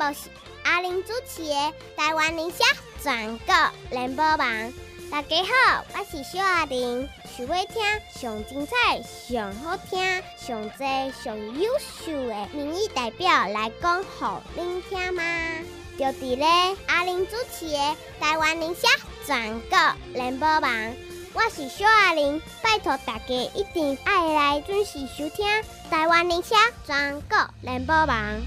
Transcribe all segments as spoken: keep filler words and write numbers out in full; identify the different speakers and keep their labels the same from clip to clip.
Speaker 1: 目是阿玲主持的台湾宁夏全国联播网。大家好，我是小阿玲。想要听上精彩、上好听、上多、上优秀的民意代表来讲给您听吗？就伫咧阿玲主持的台湾宁夏全国联播网。我是小阿玲，拜托大家一定爱来准时收听台湾宁夏全国联播网。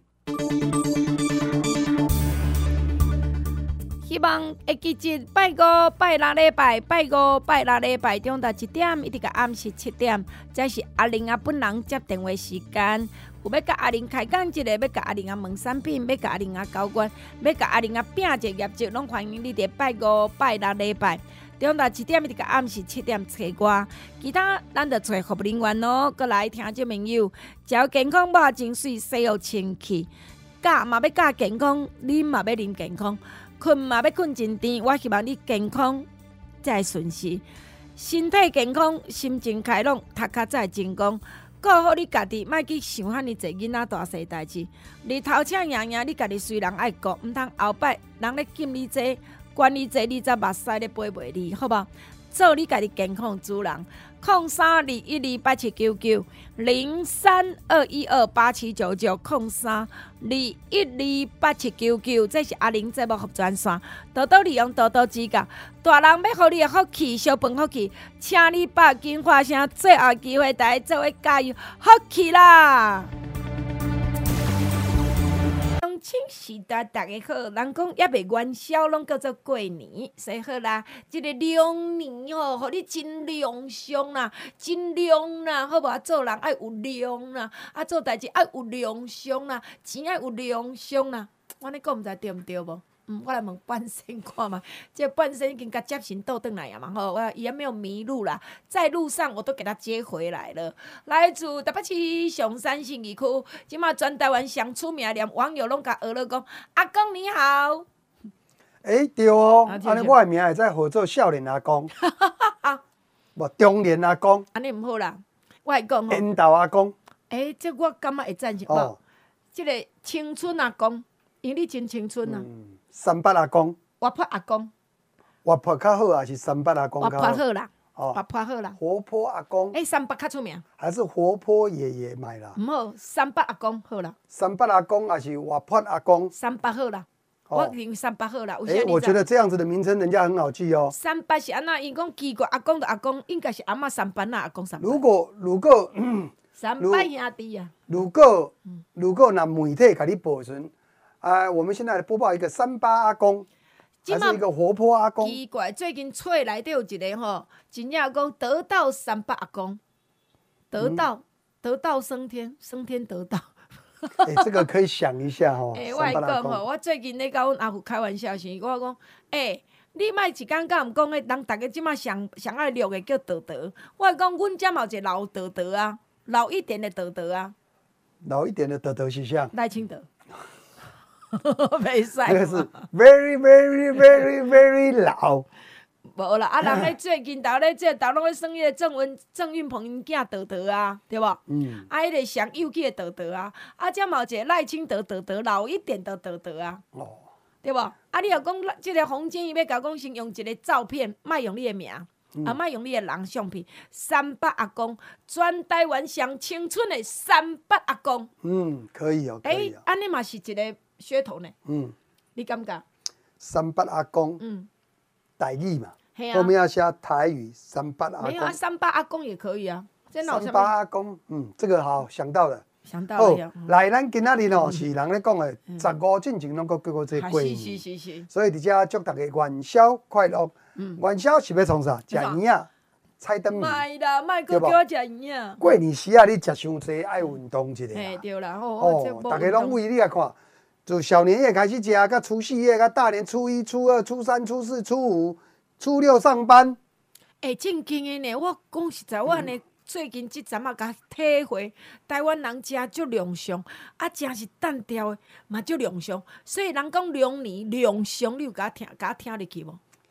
Speaker 2: 希望会记得拜五、拜六礼拜、拜五、拜六礼拜中昼一点，一直到暗时七点，这是阿玲啊本人接电话时间。有要甲阿玲开讲一个，要甲阿玲啊问产品，要甲阿玲啊交关，要甲阿玲啊拼一个业绩，拢欢迎你伫拜五、拜六礼拜中昼一点，一直到暗时七点找我。其他咱就找服务人员咯，过来听众朋友，只健康无情绪，洗好清气，教嘛要教健康，啉嘛要啉健康。困嘛要困真甜，我希望你健康才会顺时，身体健康，心情开朗，读册才会成功。顾好你家己，莫去想遐尼济囡仔大细代志。日头请赢赢，你家己虽然爱顾，毋通后摆人咧禁你这，管你这，你才目屎咧飞袂离，好无？做你家己健康主人。空三二一二八七九九零三二一二八七九九空三二一二八七九九，这是阿玲节目服专线，多多利用，多多指教。大人要予你的福气，小饭福气，请你把紧发声，最后机会大家做伙加油，福气啦！清时代大家好，人讲也未元宵，拢叫做过年，所以好啦。即、这个龙年吼，互你真良相啦，真良啦，好无？啊，做人爱有良啦，啊，做代志爱有良相啦，钱爱有良相啦。我咧讲毋知对毋对无？嗯，我来问半仙看嘛。这半仙已经甲接神倒转来啊嘛，吼，我也没有迷路啦，在路上我都给他接回来了。来自台北市上山信义区，即马全台湾上出名，连网友拢甲学了讲：“阿公你好。”
Speaker 3: 哎、欸，对哦，安尼我的名会使号做少年阿公，无中年阿公，
Speaker 2: 安尼毋好啦，我会讲吼，
Speaker 3: 烟斗阿公。
Speaker 2: 哎、欸，这我感觉会赞成无？即、哦、个青春阿公，因为你真青春啊。嗯
Speaker 3: 三八阿公，
Speaker 2: 活泼阿公，
Speaker 3: 活泼较好还是三八阿公较好？
Speaker 2: 活泼好啦，哦，活泼好啦。
Speaker 3: 活泼阿公，
Speaker 2: 哎、欸，三八较出名，
Speaker 3: 还是活泼爷爷买啦？
Speaker 2: 唔好，三八阿公好啦。
Speaker 3: 三八阿公还是活泼阿公？
Speaker 2: 三八好啦，哦、我认为三八好啦。
Speaker 3: 哎、欸，我觉得这样子的名称人家很好记哦。
Speaker 2: 三八是安那？因讲奇怪，阿公的阿公应该是阿嬷三八啦，阿公三八。
Speaker 3: 如果如果、嗯、
Speaker 2: 三八兄弟啊，
Speaker 3: 如果、嗯、如果那媒体给你保存。啊，我们现在来播报一个三八阿公，还是一个活泼阿公？
Speaker 2: 奇怪，最近册内底有一个吼，真正讲得道三八阿公，得道、嗯、得道升天，升天得道。
Speaker 3: 哎、欸，这个可以想一下吼。
Speaker 2: 哎、欸，我来讲吼，我最近咧甲阮阿父开玩笑时，我讲，哎、欸，你莫一讲甲毋讲诶，人逐个即马上上爱录诶叫德德。我讲，阮遮嘛有一个老德德啊，老一点的德德啊。
Speaker 3: 老一点的德德是啥？
Speaker 2: 赖清德。袂使，
Speaker 3: 这个是 very very very very 老。
Speaker 2: 无啦，啊人咧最近头咧，这头拢咧算迄个郑文郑运鹏因囝德德啊，对无？嗯。啊，迄个上幼气的德德啊，啊，遮嘛有一个赖清德德德，老一点的德德啊。哦。对无？啊，你若讲即个洪建义要甲讲先用一个照片，莫用你的名，嗯、啊，莫用你的人相片。三八阿公，全台湾上青春的三八阿公。
Speaker 3: 嗯，可以哦，可以哦。
Speaker 2: 哎、欸，安尼嘛是一个噱头呢。嗯。你感觉？
Speaker 3: 三八阿公。嗯。台语嘛。
Speaker 2: 啊、
Speaker 3: 后面要写台语，三八阿公。
Speaker 2: 没有啊，三八阿公也可以啊。
Speaker 3: 三八阿公，嗯，这个好想到了。
Speaker 2: 想到了。
Speaker 3: 嗯、来，咱今仔日哦，是人咧讲的，十五进前拢搁叫过这过年。
Speaker 2: 是是是。
Speaker 3: 所以伫遮祝大家元宵快乐。嗯。元宵是要创啥？食圆仔、菜灯面。
Speaker 2: 卖啦，卖搁叫我食圆仔。
Speaker 3: 过年时啊，你食伤济，爱运动一下。
Speaker 2: 嘿，对啦，吼。
Speaker 3: 哦，大家拢为你来看，就小年夜开始食，到除夕夜，到大年初一、初二、初三、初四、初五、初六上班。
Speaker 2: 哎、欸，正经的呢，我讲实在，我呢、嗯、最近即阵啊，甲体会台湾人食足良相，啊，真是单调的，嘛足良相。所以人讲龙年良相，你有甲听甲听入去无？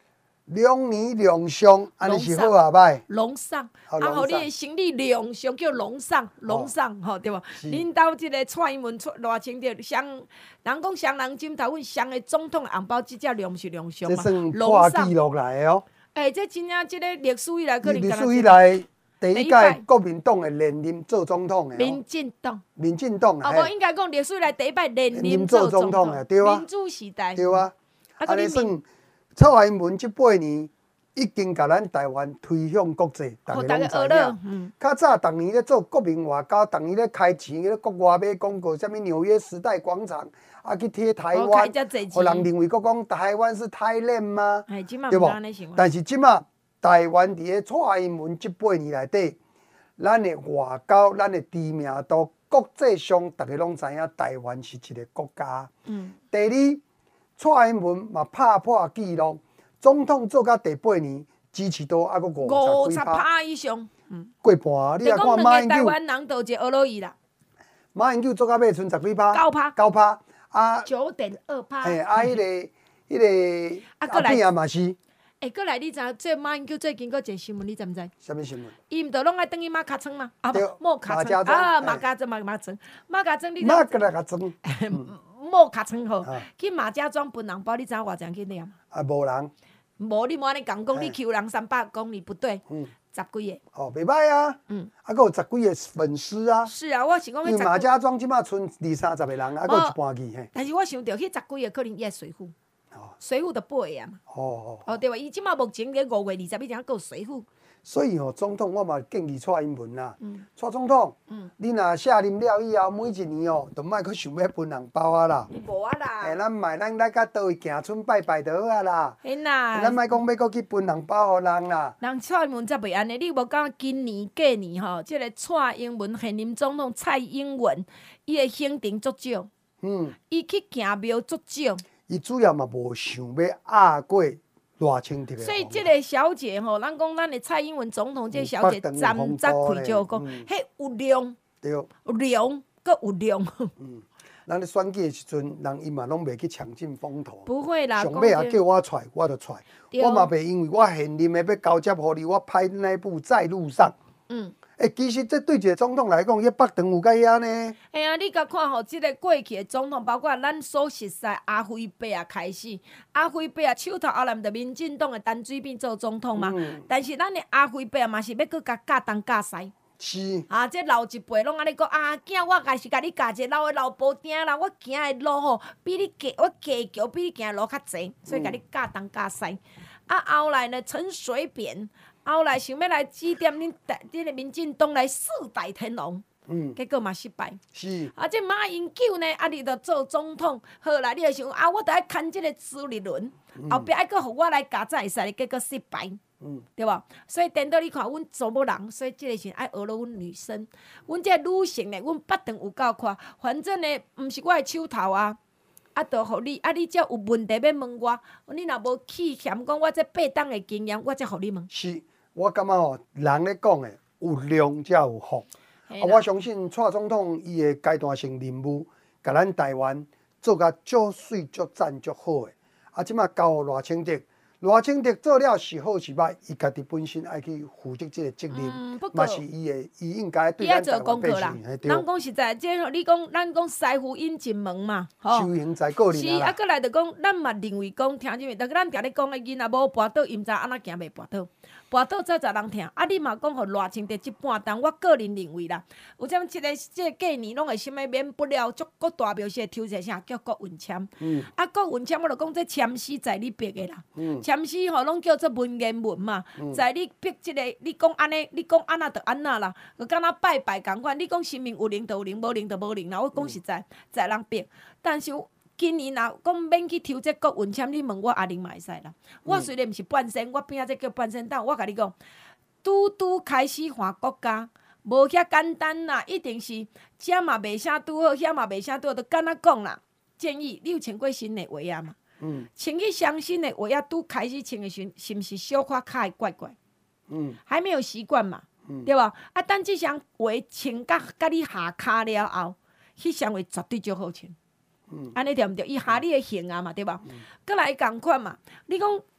Speaker 3: 两年两上，安尼是好啊歹？
Speaker 2: 龙上，
Speaker 3: 哦
Speaker 2: 啊，互你
Speaker 3: 龙
Speaker 2: 的生理量上叫龙上，龙上吼对无？
Speaker 3: 是
Speaker 2: 恁兜即个蔡英文出偌清着上，人讲双人枕头，阮上的总统红包即只量毋是量上
Speaker 3: 这
Speaker 2: 嘛？
Speaker 3: 算破
Speaker 2: 龙上
Speaker 3: 纪，录来的哦。
Speaker 2: 诶，这真正即个历史以来可能
Speaker 3: 历
Speaker 2: 敢若
Speaker 3: 史以来第一
Speaker 2: 第一摆
Speaker 3: 届国民党的连任做总统的哦，
Speaker 2: 民进党。
Speaker 3: 民进党
Speaker 2: 哦，
Speaker 3: 的
Speaker 2: 无应该讲历史以来第一摆连任
Speaker 3: 任做
Speaker 2: 做总统
Speaker 3: 总统的对啊
Speaker 2: 民主时代。
Speaker 3: 对啊。
Speaker 2: 啊，
Speaker 3: 安尼
Speaker 2: 你
Speaker 3: 算蔡英文即八年已经甲咱台湾推向国际，大
Speaker 2: 互
Speaker 3: 家拢知
Speaker 2: 大家学了
Speaker 3: 影。，
Speaker 2: 嗯，
Speaker 3: 较早逐年咧做国民外交，逐年咧开钱咧国外买广告，啥物纽约时代广场，啊去贴台
Speaker 2: 哦
Speaker 3: 湾，
Speaker 2: 开遮侪
Speaker 3: 互人
Speaker 2: 钱，
Speaker 3: 认为国讲台湾是 Thailand 吗？
Speaker 2: 哎，即马
Speaker 3: 对无
Speaker 2: 毋安尼想啊。
Speaker 3: 但是即马台湾伫咧蔡英文即八年内底，咱的外交、咱的知名度，国际上大家拢知影台湾是一个国家。
Speaker 2: 嗯，
Speaker 3: 第二，蔡英文嘛拍破纪录，总统做到第八年，支持度还佫
Speaker 2: 五
Speaker 3: 五
Speaker 2: 十
Speaker 3: 十几趴，
Speaker 2: 趴以上，嗯，
Speaker 3: 过半。你
Speaker 2: 就
Speaker 3: 若看
Speaker 2: 讲两个台
Speaker 3: 马英九，
Speaker 2: 湾人都一个俄罗伊啦，
Speaker 3: 马英九做到尾剩十几趴，
Speaker 2: 九趴
Speaker 3: 九趴。啊，
Speaker 2: 九点二趴。
Speaker 3: 嘿，啊，迄个、迄个
Speaker 2: 啊还来
Speaker 3: 片啊嘛是，
Speaker 2: 诶，过来你知影这马英九最近佫一个新闻，你知毋知？
Speaker 3: 啥物新闻？
Speaker 2: 伊毋着拢爱等于马卡村吗？啊，
Speaker 3: 对
Speaker 2: 不，莫卡村
Speaker 3: 马家庄
Speaker 2: 啊，
Speaker 3: 嘿
Speaker 2: 马家庄，马马村，马家庄你知
Speaker 3: 马
Speaker 2: 影
Speaker 3: 个来甲装，
Speaker 2: 莫卡村吼
Speaker 3: 啊，
Speaker 2: 去马家庄分红包，你知影偌济人去领吗？
Speaker 3: 啊无人，
Speaker 2: 无你莫安尼讲讲，
Speaker 3: 嘿
Speaker 2: 你求人三百公里不对，
Speaker 3: 嗯，
Speaker 2: 十几个。
Speaker 3: 哦，袂歹啊，
Speaker 2: 嗯，
Speaker 3: 啊，佫有十几个粉丝啊，
Speaker 2: 是啊，我想讲迄
Speaker 3: 因为马
Speaker 2: 十几，
Speaker 3: 家庄即马剩二三十个人，啊，佫有一半去嘿，
Speaker 2: 但是我想着迄十几个可能伊系水户，
Speaker 3: 哦
Speaker 2: 水户的八个啊嘛，
Speaker 3: 哦哦，
Speaker 2: 哦对吧？伊即马目前咧五月二十以前还有水户，
Speaker 3: 所以吼，总统我嘛建议蔡英文啦，
Speaker 2: 嗯
Speaker 3: 蔡总统，
Speaker 2: 嗯，
Speaker 3: 你若卸任了以后，每一年哦，都莫去想要分红包啊啦，
Speaker 2: 无啊
Speaker 3: 嘿，
Speaker 2: 啦，
Speaker 3: 咱买咱来甲倒位行村拜拜就好啊啦，
Speaker 2: 嘿
Speaker 3: 咱
Speaker 2: 啦，
Speaker 3: 莫讲要搁去分红包互人啦，
Speaker 2: 人蔡英文才袂安尼，你无讲今年过年吼，即、个蔡英文现任总统蔡英文，伊的行程足少，
Speaker 3: 嗯，
Speaker 2: 伊去行庙足少，
Speaker 3: 伊主要嘛无想要压过偌清特的，
Speaker 2: 所以即个小姐吼，咱讲咱的蔡英文总统，即个小姐
Speaker 3: 有北
Speaker 2: 站
Speaker 3: 长
Speaker 2: 早
Speaker 3: 风波
Speaker 2: 开就讲，
Speaker 3: 呢
Speaker 2: 迄、有量，
Speaker 3: 对。
Speaker 2: 有量，搁有量，
Speaker 3: 咱咧选举的时阵，人伊嘛拢袂去抢尽风头。
Speaker 2: 不会啦。
Speaker 3: 上尾也
Speaker 2: 讲这
Speaker 3: 叫我出，我就出。
Speaker 2: 对
Speaker 3: 我嘛袂因为我现任的要交接互你，我拍那一部在路上。
Speaker 2: 嗯。
Speaker 3: 诶、其实这对一个总统来讲，伊北长有解遐呢。
Speaker 2: 哎呀，你甲看吼，即、个过去的总统，包括咱所熟悉阿辉伯啊开始，阿辉伯啊手头后来毋着民进党的陈水扁做总统嘛。
Speaker 3: 嗯
Speaker 2: 但是咱的阿辉伯啊嘛是要搁甲教东教西。
Speaker 3: 是，
Speaker 2: 啊，这老一辈拢安尼讲啊，囝我也是甲你教一个老的老布丁啦，我行的路吼比你过，我过桥比你行的路较济，所以甲你教东教西。啊，后来呢，陈水扁后来想要来指点恁台恁个民进党来四代天王，
Speaker 3: 嗯，
Speaker 2: 结果嘛失败。
Speaker 3: 是，
Speaker 2: 啊，这马英九呢，啊，你着做总统，好啦，你着想啊，我着爱牵即个朱立伦，后壁爱搁互我来教才会使，结果失败。
Speaker 3: 嗯，
Speaker 2: 对吧？所以等到你看，阮查某人，所以即个是爱学了阮女生。阮这女性呢，阮八段有够看，反正呢，毋是我的手头啊，啊，着互你，啊，你只有问题要问我，你若无去嫌讲我这八档的经验，我才互你问。
Speaker 3: 是，我感觉吼，人咧讲诶，有量才有福。啊，
Speaker 2: 嘿啦
Speaker 3: 我相信蔡总统伊的阶段性任务，甲咱台湾做甲足水、足赞、足好诶。啊，即马交互赖清德。赖清德做了是好是歹，伊家己本身爱去负责即个责任，
Speaker 2: 嗯不过
Speaker 3: 嘛、是伊的，伊应该对
Speaker 2: 伊爱做
Speaker 3: 咱台湾百
Speaker 2: 功课啦
Speaker 3: 姓，嘿，对，
Speaker 2: 咱讲实在，即个你讲，咱讲师傅引进门嘛，吼。
Speaker 3: 修行在个
Speaker 2: 是，啊，
Speaker 3: 人啦。
Speaker 2: 过来就讲，咱嘛认为讲，听见未？但是咱定咧讲的囡仔无跋倒，伊毋知安怎行袂跋倒，跋倒早早人听。啊，你嘛讲互赖清德即半档，我个人认为啦，有踮即个即个过年拢会啥物免不了，足国大庙是会抽一个啥叫郭文谦。
Speaker 3: 嗯
Speaker 2: 啊，郭文谦我就讲这签诗在你笔的啦，
Speaker 3: 嗯
Speaker 2: 签诗吼拢叫做文言文嘛，在你笔即个，你讲安尼，你讲安那就安那啦，就敢若拜拜共款。你讲神明有灵就有灵，无灵就无灵啦。我讲实在，在人笔，但是。今年若讲免去抽这郭文谦，你问我阿玲嘛会使啦。我虽然毋是半仙，我边仔这叫半仙，但我甲你讲，拄拄开始换国家，无遐简单啦，一定是遮嘛袂啥拄好，遐嘛袂啥拄好，就敢若讲啦。建议你有穿过新的鞋啊嘛？
Speaker 3: 嗯
Speaker 2: 穿去相新的鞋啊，拄开始穿的时，是毋是小可卡会怪怪？
Speaker 3: 嗯
Speaker 2: 还没有习惯嘛，
Speaker 3: 嗯
Speaker 2: 对吧？啊，等即双鞋穿甲甲你下骹了后，迄双鞋绝对足好穿。
Speaker 3: 嗯
Speaker 2: 安尼对毋对？伊下你的型啊嘛，对吧？过、来共款嘛。你讲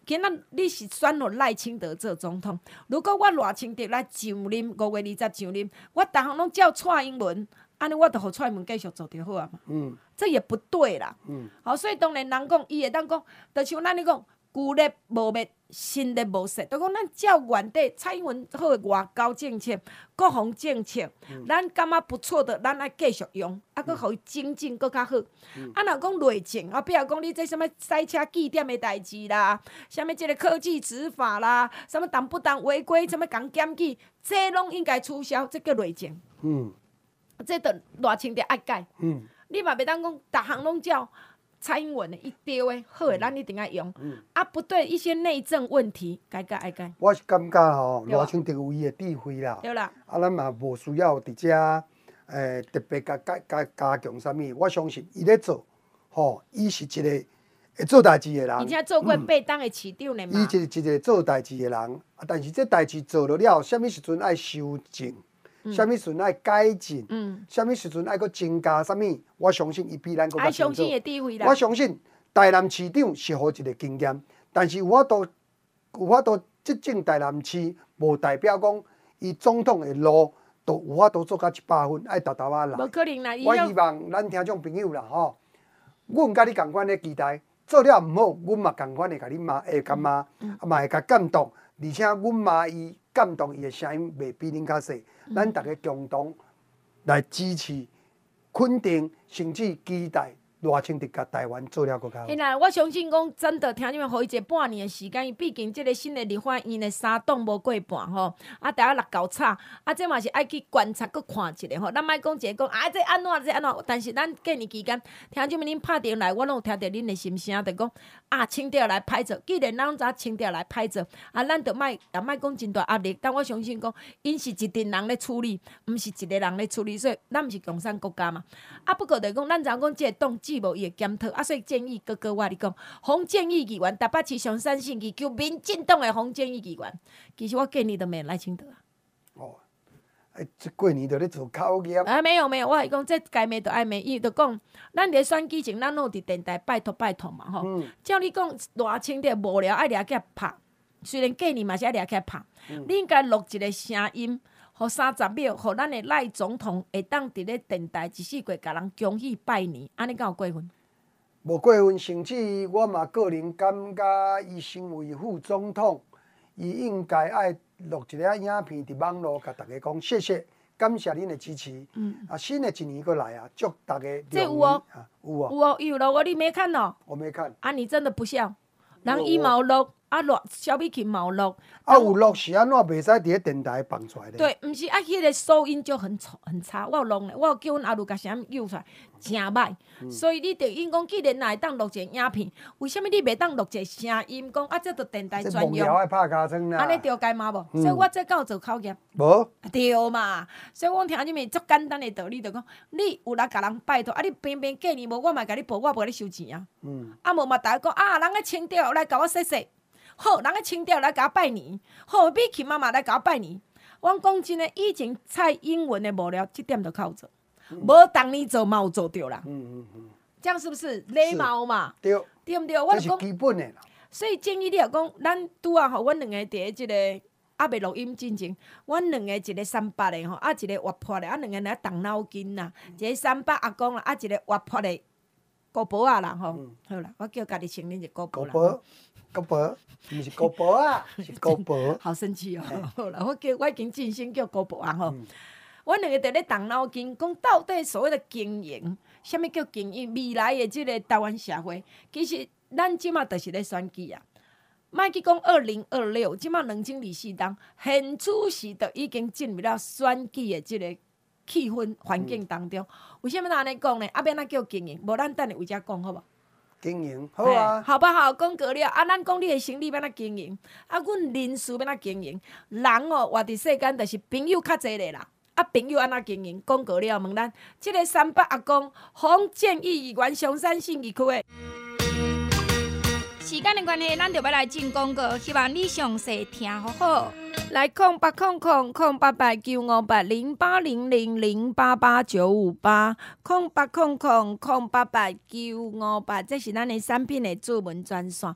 Speaker 2: 今仔你是选互赖清德做总统，如果我赖清德来上任，五月二十上任，我逐项拢照蔡英文，安尼我就互蔡英文继续做就好啊嘛。嗯，这也不对啦。嗯，好，所以当然人讲伊会当讲，就像咱咧讲，旧历无灭，新历无逝，就讲咱照原底蔡英文好诶外交政策、国防政策，嗯、咱感觉不错的，咱爱继续用，啊，搁互伊精进搁较好。嗯、啊，若讲内政，啊，比如讲你这什物赛车记点诶代志啦，什物即个科技执法啦，什物当不当违规，什物讲检举，这拢应该取消，这叫内政。嗯，这着赖清德爱改。嗯，你嘛袂当讲，逐项拢照。蔡英文的一对诶，好诶，咱一定要用。嗯、啊，不对，一些内政问题该改爱改。
Speaker 3: 我是感觉吼，赖清德有伊诶智慧啦。
Speaker 2: 对啦。
Speaker 3: 啊，咱嘛无需要伫遮诶特别加加加加强啥物。我相信伊咧做，吼，伊是一个会做代志诶人。
Speaker 2: 而且做过八党诶市长诶嘛。
Speaker 3: 伊是一个做代志诶人，啊，但是这代志做了了，啥物时阵爱修正？啥物时阵爱改进？嗯，啥物时阵爱搁增加啥物？我相信伊比咱搁较清楚。
Speaker 2: 爱相信伊智慧啦。
Speaker 3: 我相信台南市长是好一个经验，但是有法度有法度执政台南市，无代表讲伊总统的路都有法度做到一百分，爱达达啊来。
Speaker 2: 无可能啦！
Speaker 3: 我希望咱听众朋友啦吼，阮甲你共款的期待，做了毋好，阮嘛共款的甲你骂，会甲骂，啊嘛会甲感动，而且阮骂伊。感动伊的声音袂比恁较细，咱大家共同来支持、肯定，甚至期待赖清德甲台湾做了更较好。
Speaker 2: 嘿啦，我相信讲真的，听你们，互伊一个半年的时间，毕竟即个新的立法院的三党无过半吼，啊，大家落交叉，啊，这嘛是爱去观察、搁看一下吼。咱莫讲一个讲啊，这安怎这安怎，但是咱过年期间，听你们恁拍电话来，我拢有听到恁的心声，就讲啊，清调来歹做。既然咱知清调来歹做，啊，咱就莫也莫讲真大压力。但我相信讲，因是一群人咧处理，毋是一个人咧处理，所以咱毋是共产国家嘛。啊，不过就讲，咱知影讲即个党纪无伊会检讨，啊，所以建议哥哥我你讲，洪建义议员台北市上山信义求民进党的洪建义议员，其实我建议都免赖清德啊。
Speaker 3: 哦，哎，这过年就咧做口业。
Speaker 2: 啊，没有没有，我是讲这该骂就爱骂，伊就讲，咱伫选举前，咱拢伫电台拜托拜托嘛吼。嗯。照你讲，赖清德无聊爱掠起来拍，虽然过年嘛是爱掠起来拍，嗯、你应该录一个声音。互三十秒，互咱的赖总统会当伫咧电台一四过，甲人恭喜拜年，安尼敢有过分？
Speaker 3: 无过分，甚至我嘛个人感觉，伊身为副总统，伊应该爱录一个影片伫网络，甲大家讲谢谢，感谢恁的支持。嗯。啊，新的一年过来啊，祝大家
Speaker 2: 这有哦，
Speaker 3: 啊有哦，
Speaker 2: 有哦，有了，我你没看哦？
Speaker 3: 我没看。
Speaker 2: 啊，你真的不孝，人伊嘛有录。啊，录小米琴嘛有录，
Speaker 3: 啊有录是安怎袂使伫咧电台放出来咧？
Speaker 2: 对，毋是啊，迄个收音就很吵很差。我有录咧，我有叫阮阿鲁甲声音揪出来，真歹。嗯、所以你着应讲，既然若会当录一个影片，为什么你袂当录一个声音？讲啊，这着电台专用。
Speaker 3: 这拍尻川啦。
Speaker 2: 安尼着该嘛无？嗯、所以我这敢有做口业。
Speaker 3: 无。
Speaker 2: 对嘛？所以我听你们足简单的道理，就讲你有来甲人拜托，啊，你偏偏过年无，我嘛甲你报，我无甲你收钱啊。嗯。啊无嘛，大家讲啊，人个清调来甲我说说。好，人个清调来甲我拜年，好，米奇妈妈来甲我拜年。我讲真诶，以前蔡英文诶无聊，这点就靠做，无、嗯、当年做嘛有做着啦。嗯嗯嗯，这样是不是礼貌嘛？
Speaker 3: 对，
Speaker 2: 对毋对？我
Speaker 3: 这是基本诶啦。
Speaker 2: 所以建议你也讲，咱拄啊吼，阮两个伫即个还未录音进前，阮两个一个三八诶吼，啊一个活泼诶，啊两个来动脑筋啦，嗯、一个三八阿公啦，啊一个活泼诶姑婆啊啦吼。嗯、好啦，我叫家己承认一个姑婆啦。
Speaker 3: 姑婆，毋是姑婆啊，是姑婆。
Speaker 2: 好生气哦！好啦，我叫我已经尽心叫姑婆啊吼。阮两个伫咧动脑筋，讲到底所谓的经营，啥物叫经营？未来的即个台湾社会，其实咱即马就是咧选举啊。莫去讲二零二六，即马两千二四党，现此时就已经进入了选举的即个气氛环境当中。嗯、为什么安尼讲呢？啊，免咱叫经营，无咱等下为遮讲好无？
Speaker 3: 经营好啊，
Speaker 2: 好不好？讲过了啊，咱讲你的生意要哪经营？啊，阮人事要哪经营？人哦，活伫世间，就是朋友较侪咧啦。啊，朋友安怎经营？讲过了，问咱即、这个三八阿公洪建义议员上山信义区的。时间的关系，咱就要来进广告，希望你详细听好好。来空八空空空八八九五八零八零零零八八九五八空八空空空八八九五八，这是咱的产品的主文专线。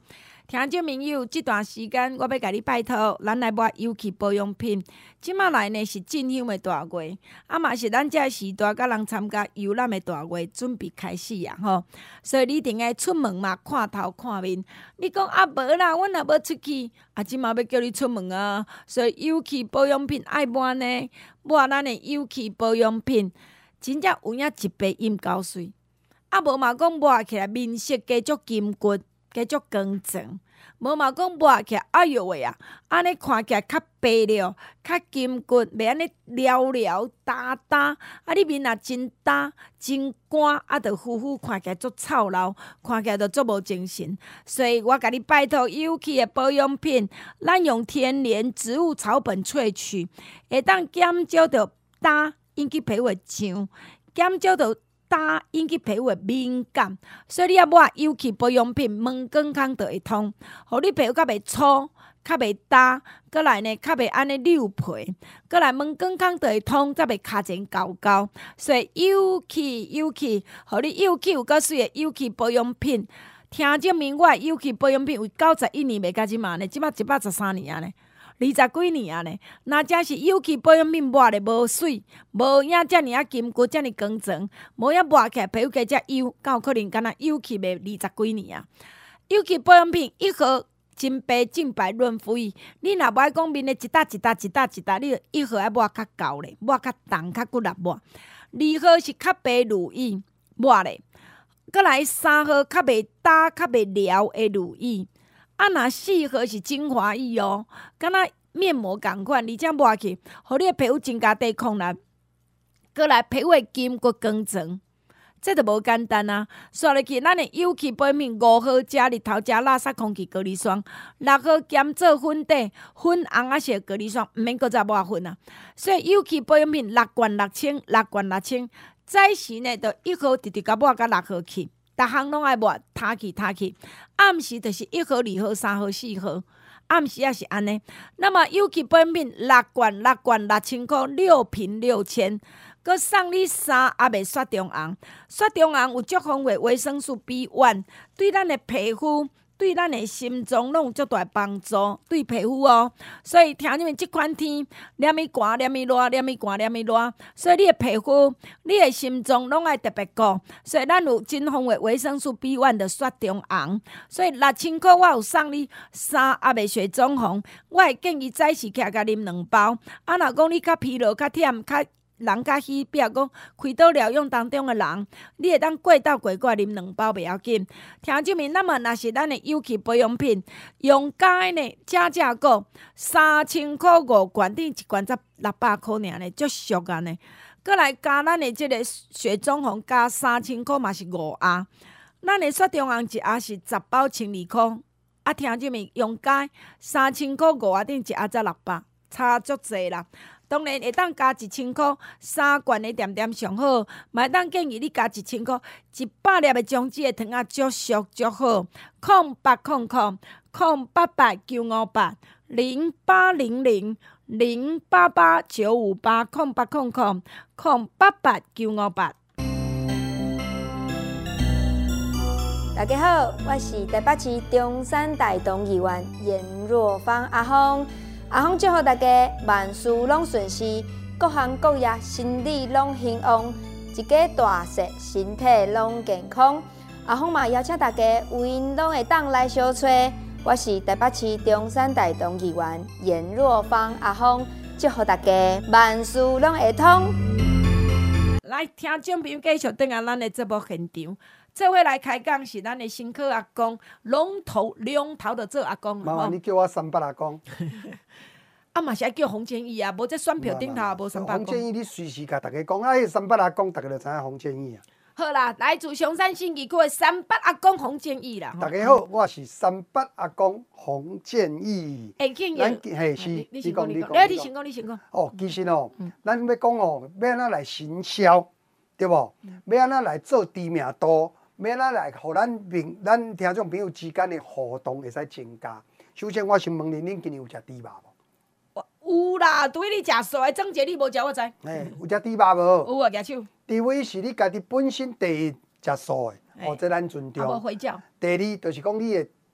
Speaker 2: 听众朋友，这段时间我要甲你拜托，咱来买有机保养品。即马来呢是进香的大月，啊嘛是咱这时代甲人参加游览的大月，准备开始啊吼。所以你一定爱出门嘛，看头看面。你讲啊无啦，阮也无出去，啊即马要叫你出门啊。所以有机保养品爱买呢，买咱的有机保养品，真正有影一杯饮胶水。啊无嘛讲抹起来面色加足金骨，加足光泽。无嘛讲抹起来，哎哟喂啊！安尼看起来较白了，较金骨，袂安尼撩撩搭搭。啊，你面若真焦真干，啊，着呼呼看起来足臭老，看起来着足无精神。所以我甲你拜托有机的保养品，咱用天然植物草本萃取，会当减少着焦引起皮肤的痒，减少着焦引起皮肤的敏感，所以你要抹有机保养品，毛健康就会通，互你皮肤较袂粗，较袂焦，过来呢较袂安尼溜皮，过来毛健康就会通，才袂骹前厚厚。所以有机有机，互你有机有够水的有机保养品。听证明我的有机保养品为九十一年袂甲即嘛呢，即马一百十三年啊呢。二十几年啊呢，若真是有机保养品抹咧无水，无影遮尔啊金骨，遮尔光泽，无影抹起来皮肤加遮油，敢有可能敢若有机袂二十几年啊？有机保养品一盒真白净白润肤液，你若无爱讲面咧一搭一搭一搭一搭，你着一盒爱抹较厚咧，抹较重较骨力抹。二盒是较白乳液抹咧，过来三盒较袂焦较袂撩的乳液。啊，若四盒是精华液哦，敢若面膜共款，而且抹去，互你的皮肤增加抵抗力，过来皮肤的筋骨光泽，这就无简单啊！刷落去，咱的有机保养品五号加日头加垃圾空气隔离霜，六号兼做粉底粉红啊色隔离霜，毋免搁再抹粉啊！所以有机保养品六罐六千，六罐六千，早时呢，就一号直直甲抹到六号去。逐项拢爱抹，塌去塌去。暗时就是一盒、二盒、三盒、四盒，暗时也是安尼。那么有机保养品六罐六罐六千块，六瓶六千，佮送你三也袂雪中红。雪中红有足丰富维生素 B 一，对咱的皮肤。对咱的心脏拢有足大帮助，对皮肤哦。所以听你们即款天，黏伊寒，黏伊热，黏伊寒，黏伊热，所以你的皮肤、你的心脏拢爱特别顾。所以咱有真丰富维生素 B 一 的雪中红，所以六千块我有送你三也袂雪中红。我会建议早时起来甲啉两包。啊，若讲你较疲劳、较忝、较人较虚，比如讲开刀疗养当中的人，你会当过到过过啉两包袂要紧。听证明，那么若是咱的有机保养品，用家呢，正正个三千块五罐，顶一罐才六百块尔呢，足俗啊呢。过来加咱的即个雪中红，加三千块嘛是五盒，咱的雪中红一盒是十包千二块。啊，听证明用家三千块五盒顶一盒才六百，差足济啦。当然会当加一千块，三罐的点点上好。嘛会当建议你加一千块，一百粒的姜子的糖仔足俗足好。空八空空空八八九五八零八零零零八八九五八空八空空空八八九五八。
Speaker 4: 大家好，我是台北市中山大同议员颜若芳阿芳。阿芳祝福大家万事拢顺遂，各行各业心理拢兴旺，一家大细身体拢健康。阿芳嘛邀请大家有闲拢会当来相找。我是台北市中山大同议员颜若芳阿芳，祝福大家万事拢会通。
Speaker 2: 来，听众朋友继续等下咱的节目现场。这回来开讲是咱的新科阿公，龙头龙头的做阿公。
Speaker 3: 妈妈，你叫我三八阿公。
Speaker 2: 啊嘛是爱叫洪建义啊，无这选票顶头也无三八公。
Speaker 3: 洪建义，你随时甲大家讲，啊，迄三八阿公，大家就知影洪建义啊。
Speaker 2: 好啦，来自松山新义区的三八阿公洪建义啦。
Speaker 3: 大家好，我是三八阿公洪建义。
Speaker 2: 哎，建义，
Speaker 3: 嘿是，
Speaker 2: 你先讲，你讲，你先讲，你先讲。
Speaker 3: 哦，其实哦，咱要讲哦，要安怎来行销，对无？要安怎来做知名度？要咱来，互咱民、咱听众朋友之间的互动会使增加。首先，我先问你，恁今年有食猪肉无？
Speaker 2: 有啦，除非你食素的，总节你无食我知。
Speaker 3: 诶，有食猪肉无？
Speaker 2: 有啊，举手。
Speaker 3: 第一是你家己本身第一食素的，哦，这咱尊重。
Speaker 2: 啊，无回教。
Speaker 3: 第二就是讲你的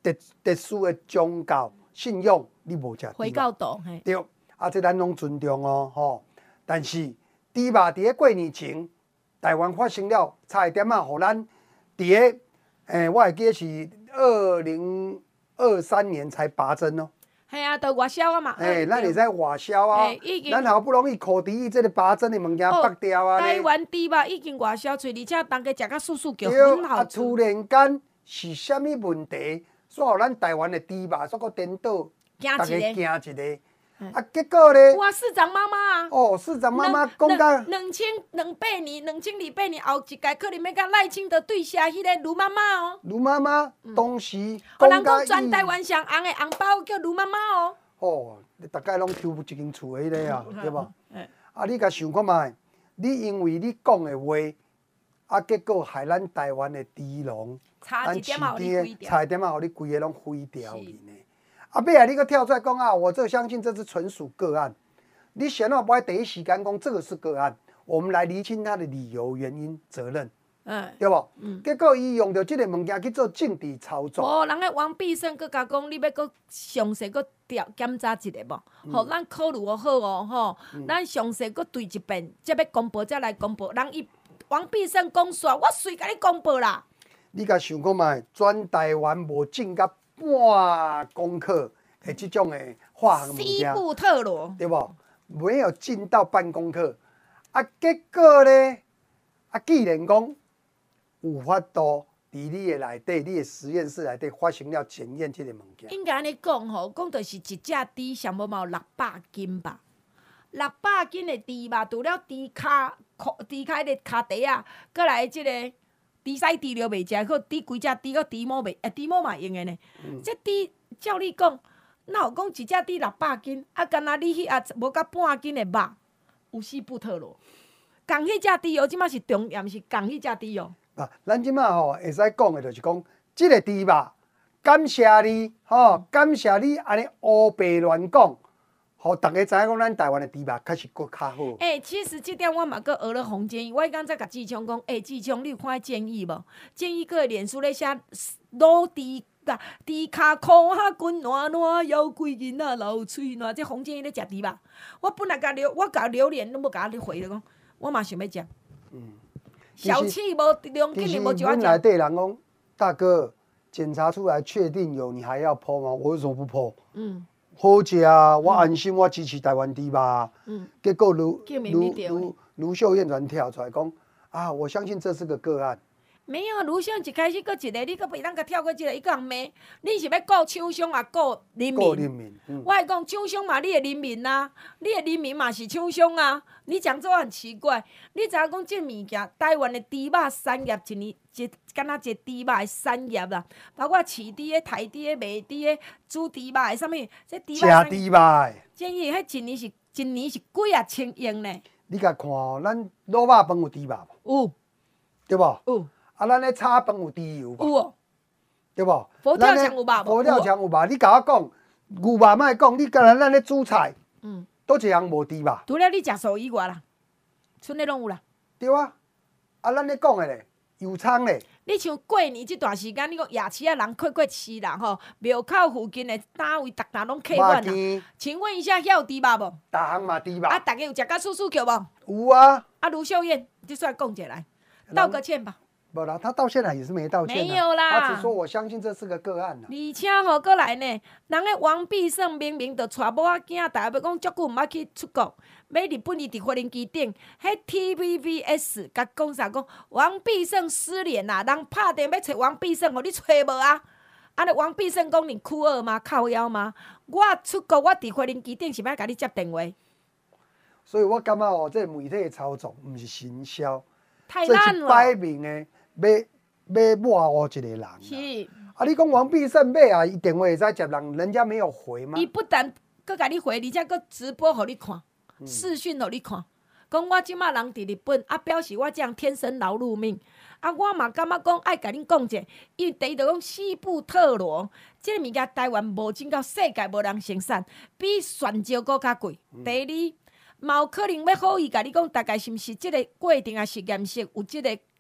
Speaker 3: 特特殊的宗教信仰，你无食
Speaker 2: 回教徒嘿，
Speaker 3: 对，啊，这咱拢尊重哦，吼。但是猪肉伫咧过年前，台湾发生了差一点啊，互咱伫咧，诶，我会记得是二零二三年才拔针哦。
Speaker 2: 系啊，都外销啊嘛。
Speaker 3: 诶，咱会使外销啊，咱好不容易靠伫伊即个拔针的物件拔掉啊。
Speaker 2: 台湾猪肉已经外销出，而且大家食甲素素叫
Speaker 3: 对，
Speaker 2: 很好
Speaker 3: 啊，突然间是啥物问题，煞互咱台湾的猪肉煞个颠倒，大家惊一个。啊，结果咧，
Speaker 2: 哇，市长妈妈啊！
Speaker 3: 哦，市长妈妈讲到
Speaker 2: 两千两八年、两千二八年后一届，可能要甲赖清德对下迄个卢妈妈哦。
Speaker 3: 卢妈妈当时
Speaker 2: 讲人讲全台湾上红的红包叫卢妈妈哦。
Speaker 3: 哦，你大概拢抽一间厝迄个啊，对无？啊，你甲想看觅，你因为你讲的话，啊，结果害咱台湾的猪农，
Speaker 2: 差一点嘛，互你毁掉，
Speaker 3: 差一点嘛，互你规个拢毁掉去呢。啊，尾啊，你搁跳出来讲啊，我这相信这是纯属个案。你先要不爱第一时间讲这个是个案，我们来厘清他的理由、原因、责任，嗯，对不？嗯。结果伊用着这个物件去做政治操作。
Speaker 2: 哦，人个王必胜搁甲讲，你要搁详细搁调检查一下无？吼、嗯，咱考虑好哦，吼、嗯，咱详细搁对一遍，才要公布，才来公布。人伊王必胜讲煞，我随甲你公布啦。
Speaker 3: 你甲想看觅，全台湾无进甲半公克的这种的化学物件，
Speaker 2: 西部特罗，
Speaker 3: 对不？没有进到半公克，啊，结果呢？啊，既然讲有法度伫你的内底，你的实验室内底发生了检验这个物件，
Speaker 2: 应该安尼讲吼，讲就是一只猪上无嘛有六百斤吧，六百斤的猪肉，除了猪骹、猪骹的骹底啊，过来即、这个。猪屎猪尿袂食，佮猪规只猪佮猪毛袂，诶，猪毛嘛用诶呢。嗯、这猪照你讲，哪有讲一只猪六百斤，啊，干那你迄啊无到半斤的肉，有西布特罗。共迄只猪哦，即马是重要，是共迄只猪哦。
Speaker 3: 啊，咱即马吼会使讲诶，就是讲，即个猪肉，感谢你，吼，感谢你安尼乌白乱讲。互大家知影讲，咱台湾的猪肉确实搁较好。
Speaker 2: 诶、欸，其实即点我嘛搁学了洪建议，我刚才甲志强讲，诶、欸，志强，你有看建议无？建议个脸书咧写老猪啊，猪骹裤哈滚烂烂，腰规囡仔流喙烂，即洪建议咧食猪肉。我本来甲留，我甲榴莲都无甲你回了讲，我嘛想要食。嗯。小气无量，肯定无就我食。
Speaker 3: 内底人讲，大哥，检查出来确定有，你还要剖吗？我为什么不剖？嗯。好食啊！我安心，我支持台湾猪肉。嗯，结果卢卢卢卢秀燕传跳出来讲啊，我相信这是个个案。
Speaker 2: 没有，卢秀燕一开始搁一个，你搁袂当甲跳过一个，伊讲骂，你是要顾厂商啊，顾人民。
Speaker 3: 顾人民。嗯、
Speaker 2: 我会讲厂商嘛，你的人民呐、啊，你的人民嘛是厂商啊。你讲这很奇怪，你知影讲这物件，台湾的猪肉产业一年一敢若一个猪肉的产业啦，包括饲猪的、刣猪的、卖猪的、煮猪肉的，啥物？这猪肉。
Speaker 3: 食猪肉的。
Speaker 2: 建议迄一年是一年是几啊千亿呢？
Speaker 3: 你甲看哦，咱卤肉饭有猪肉
Speaker 2: 无？有，
Speaker 3: 对无？
Speaker 2: 有。
Speaker 3: 啊，咱咧炒饭有猪油无？
Speaker 2: 有哦。
Speaker 3: 对无？
Speaker 2: 佛跳墙有肉无？
Speaker 3: 佛跳墙有肉，你甲我讲，牛肉莫讲，你敢若咱咧煮菜。嗯。倒一项无猪肉？
Speaker 2: 除了你食素以外啦，剩的拢有啦。
Speaker 3: 对啊，啊，咱咧讲的咧，油葱咧。
Speaker 2: 你像过年这段时间，你讲夜市啊，人过过市啦吼，庙口附近的单位，逐单拢客满啦。请问一下，遐有猪肉无？
Speaker 3: 逐项嘛猪肉。
Speaker 2: 啊，大家有食甲叔叔叫无？
Speaker 3: 有啊。
Speaker 2: 啊，卢秀燕，你出来讲起来，道个歉吧。
Speaker 3: 不啦，他到现在也是没道歉、啊。
Speaker 2: 没有啦，
Speaker 3: 他只说我相信这是个个案啦、啊。
Speaker 2: 而且吼，过来呢，人个王必胜明明就带某仔囝，大家要讲足久毋捌去出国，要日本伊伫飞行机顶，迄 T V B S 甲讲啥讲王必胜失联啦，人拍电要找王必胜，互你找无啊？安尼王必胜讲你酷二吗？靠腰吗？我出国，我伫飞行机顶是要甲你接电话。
Speaker 3: 所以我感觉哦，这媒体的操作毋是行销，
Speaker 2: 太烂了，
Speaker 3: 这是摆明的。要要抹黑一个人啊！
Speaker 2: 是
Speaker 3: 啊，你讲王必胜买啊，伊电话会使接人，人家没有回吗？
Speaker 2: 伊不但搁甲你回，而且搁直播互你看，嗯、视讯互你看，讲我即马人伫日本，啊，表示我这样天生劳碌命，啊，我嘛感觉讲爱甲恁讲者，因为第一就讲西部特罗，即、这个物件台湾无进到世界无人生产，比泉州搁较贵。嗯、第二，嘛有可能要好伊甲你讲，大概是毋是即个过程啊实验室有即、这个。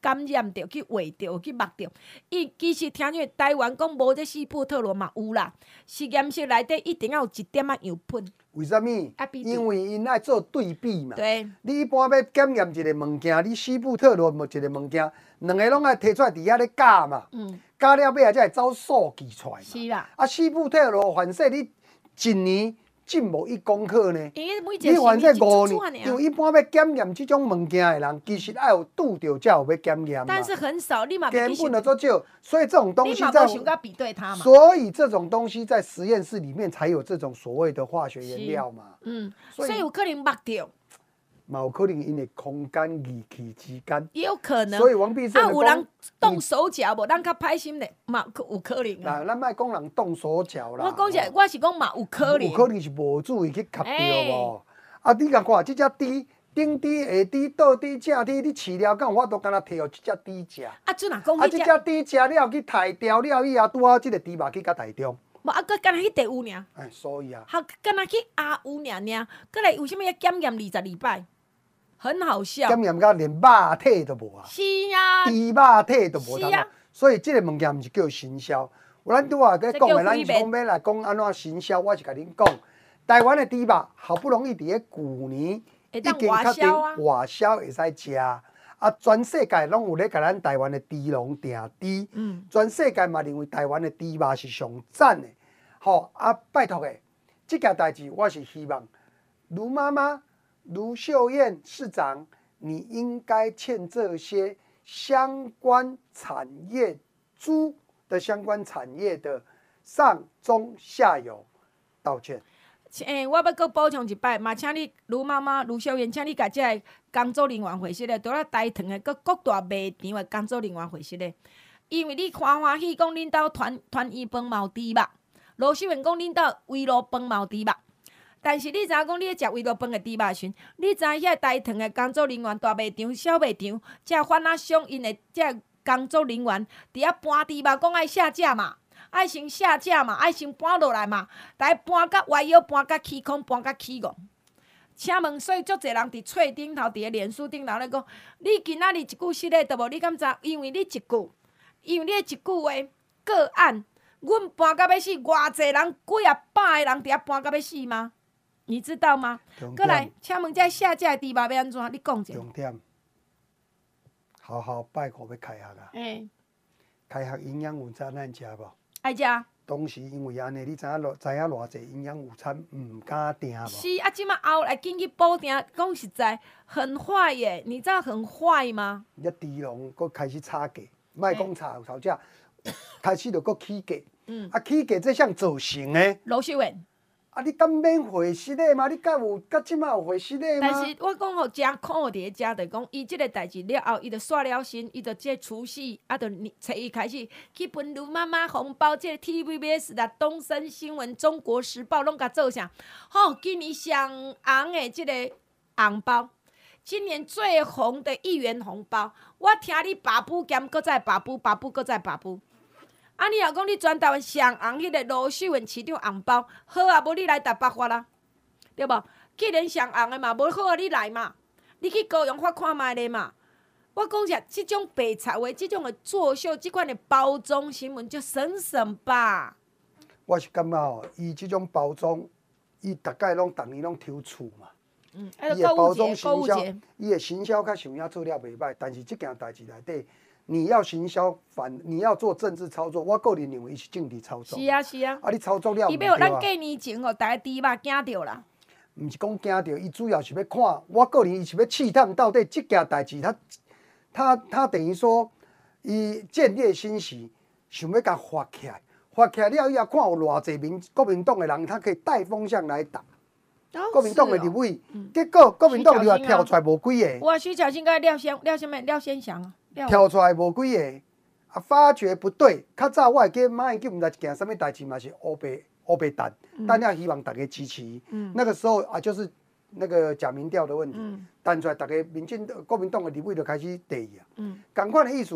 Speaker 2: 感染着、去画着、去目着。伊其实听说台湾讲无这西布特罗嘛有啦，实验室内底一定要有一点仔样品。
Speaker 3: 为什么？因为因爱做对比嘛。
Speaker 2: 对。
Speaker 3: 你一般要检验一个物件，你西布特罗一个物件，两个拢爱摕出来伫遐咧加嘛。嗯。加了尾啊，才会走数据出来嘛。
Speaker 2: 是啦。
Speaker 3: 啊，西布特罗反正你一年进无一公克呢。
Speaker 2: 你
Speaker 3: 反正五年，因为一般要检验这种物件的人，其实爱有拄着才有要检验嘛。
Speaker 2: 但是很少，你嘛
Speaker 3: 根本就做少，所以这种东西在，
Speaker 2: 比对它嘛。
Speaker 3: 所以这种东西在实验室里面才有这种所谓的化学原料嘛。
Speaker 2: 嗯，所以有可能目着。
Speaker 3: 嘛有可能因为空间仪器之间，
Speaker 2: 也有可能。
Speaker 3: 所以王必胜
Speaker 2: 啊，有人动手脚无，咱较歹心咧，嘛有可能啊。
Speaker 3: 咱莫讲人动手脚啦。
Speaker 2: 我讲是，我是讲嘛有可能。
Speaker 3: 有可能是无注意去吸到无。啊，你甲看，即只猪，顶猪、下猪、倒猪、正猪，你饲了，敢有法度敢若摕互即只猪食？
Speaker 2: 啊，阵啊讲
Speaker 3: 啊，即只猪食了去刣掉了以后，拄好即个猪肉去甲刣中。
Speaker 2: 无啊，佮敢若去第有尔。
Speaker 3: 哎，所以啊。
Speaker 2: 好，敢若去阿有尔尔，佮来为什么要检验二十二摆？很好笑，
Speaker 3: 检验到连肉体都无啊！
Speaker 2: 是啊，
Speaker 3: 猪肉体都无通
Speaker 2: 啊！
Speaker 3: 所以这个物件毋是叫行销。有咱拄啊，在讲的，咱是讲要来讲安怎行销，我是甲恁讲，台湾的猪肉好不容易伫咧旧年已经确定外销会使食，啊，全世界拢有咧甲咱台湾的猪农定猪，嗯，全世界嘛认为台湾的猪肉是上赞的，吼啊，拜托的，这件代志我是希望卢妈妈。卢秀燕市长，你应该欠这些相关产业猪的相关产业的上中下游道歉。
Speaker 2: 诶、欸，我要阁补充一摆，嘛，请你卢妈妈、卢秀燕，请你甲这工作人员回息咧，倒咧台糖的，阁各大卖场的工作人员回息咧，因为你欢欢喜讲恁兜团团圆饭嘛有猪肉，卢秀燕讲恁兜围炉饭嘛有猪肉。但是你知影讲，你咧食围炉饭的猪肉时，你知影遐台糖的工作人员、大卖场、小卖场，遮反啊响因的遮工作人员，伫遐搬猪肉，讲爱下架嘛，爱先下架嘛，爱先搬落来嘛，来搬甲歪腰，搬甲起空，搬甲起戆。请问，所以足侪人伫册顶头、伫个脸书顶头咧讲，你今仔日一句实个都无？你敢知？因为你一句，因为你一句话个案，阮搬到要死，偌侪人几啊百个人伫遐搬到要死吗？你知道吗？过来，请问这下架的猪肉要安怎？你讲者。
Speaker 3: 重点，好好拜课要开学啊！
Speaker 2: 欸、
Speaker 3: 开学营养午餐咱食无？
Speaker 2: 爱食。
Speaker 3: 当时因为安尼，你知影偌知影偌济营养午餐唔敢订无？
Speaker 2: 是啊，即马后来紧去补订，讲实在很坏耶！你知道很坏吗？
Speaker 3: 一猪农佫开始差价，莫讲差吵架，开始就佫起价。嗯。啊，起价这项造成诶。
Speaker 2: 卢秀燕。
Speaker 3: 啊！你敢免回息的吗？你敢有甲即马有回息的吗？
Speaker 2: 但是我讲吼，真苦伫咧遮，就讲伊即个代志了后，伊就煞了心，伊就即除夕啊，就找伊开始去分卢妈妈红包，即个 T V B S 啦、东森新闻、中国时报拢甲做啥？吼、哦，今年上红的即个红包，今年最红的一元红包，我听你爸母兼搁再爸母，爸母搁再爸母。啊！你若讲你全台湾上红迄个卢秀燕市长红包，好啊，无你来台北发啦，对无？既然上红的嘛，无好啊，你来嘛，你去高雄发看卖咧嘛。我讲下，即种白菜话，即种的作秀，即款的包装新闻，就省省吧。
Speaker 3: 我是感觉吼，伊即种包装，伊大概拢逐年拢抽厝嘛。
Speaker 2: 嗯，
Speaker 3: 伊的包装行销，伊的行销较想要做了袂歹，但是即件代志内底。你要行销反，你要做政治操作，我个人认为是政治操作。
Speaker 2: 是啊是啊。
Speaker 3: 啊，你操作了，
Speaker 2: 伊要咱过年前吼，大家猪肉惊着啦。
Speaker 3: 毋是讲惊着，伊主要是要看，我个人伊是要试探到底即件代志，他他他等于说，伊建立欣喜，想要甲发起来，发起来了以后，看有偌济民国民党的人，他可以带风向来打。
Speaker 2: 哦、
Speaker 3: 国民党的立委，嗯、结果国民党立委跳出来无几个。
Speaker 2: 哇，徐巧芯甲廖先廖什么廖先祥啊。
Speaker 3: 跳出来无几个，啊，发觉不对。较早我会记马英九毋知一件什么代志嘛，是乌白乌白蛋，嗯、但要希望大家支持。嗯、那个时候啊，就是那个假民调的问题，弹、嗯、出来，大家民进国民党的立委就开始第二啊。同款的意思，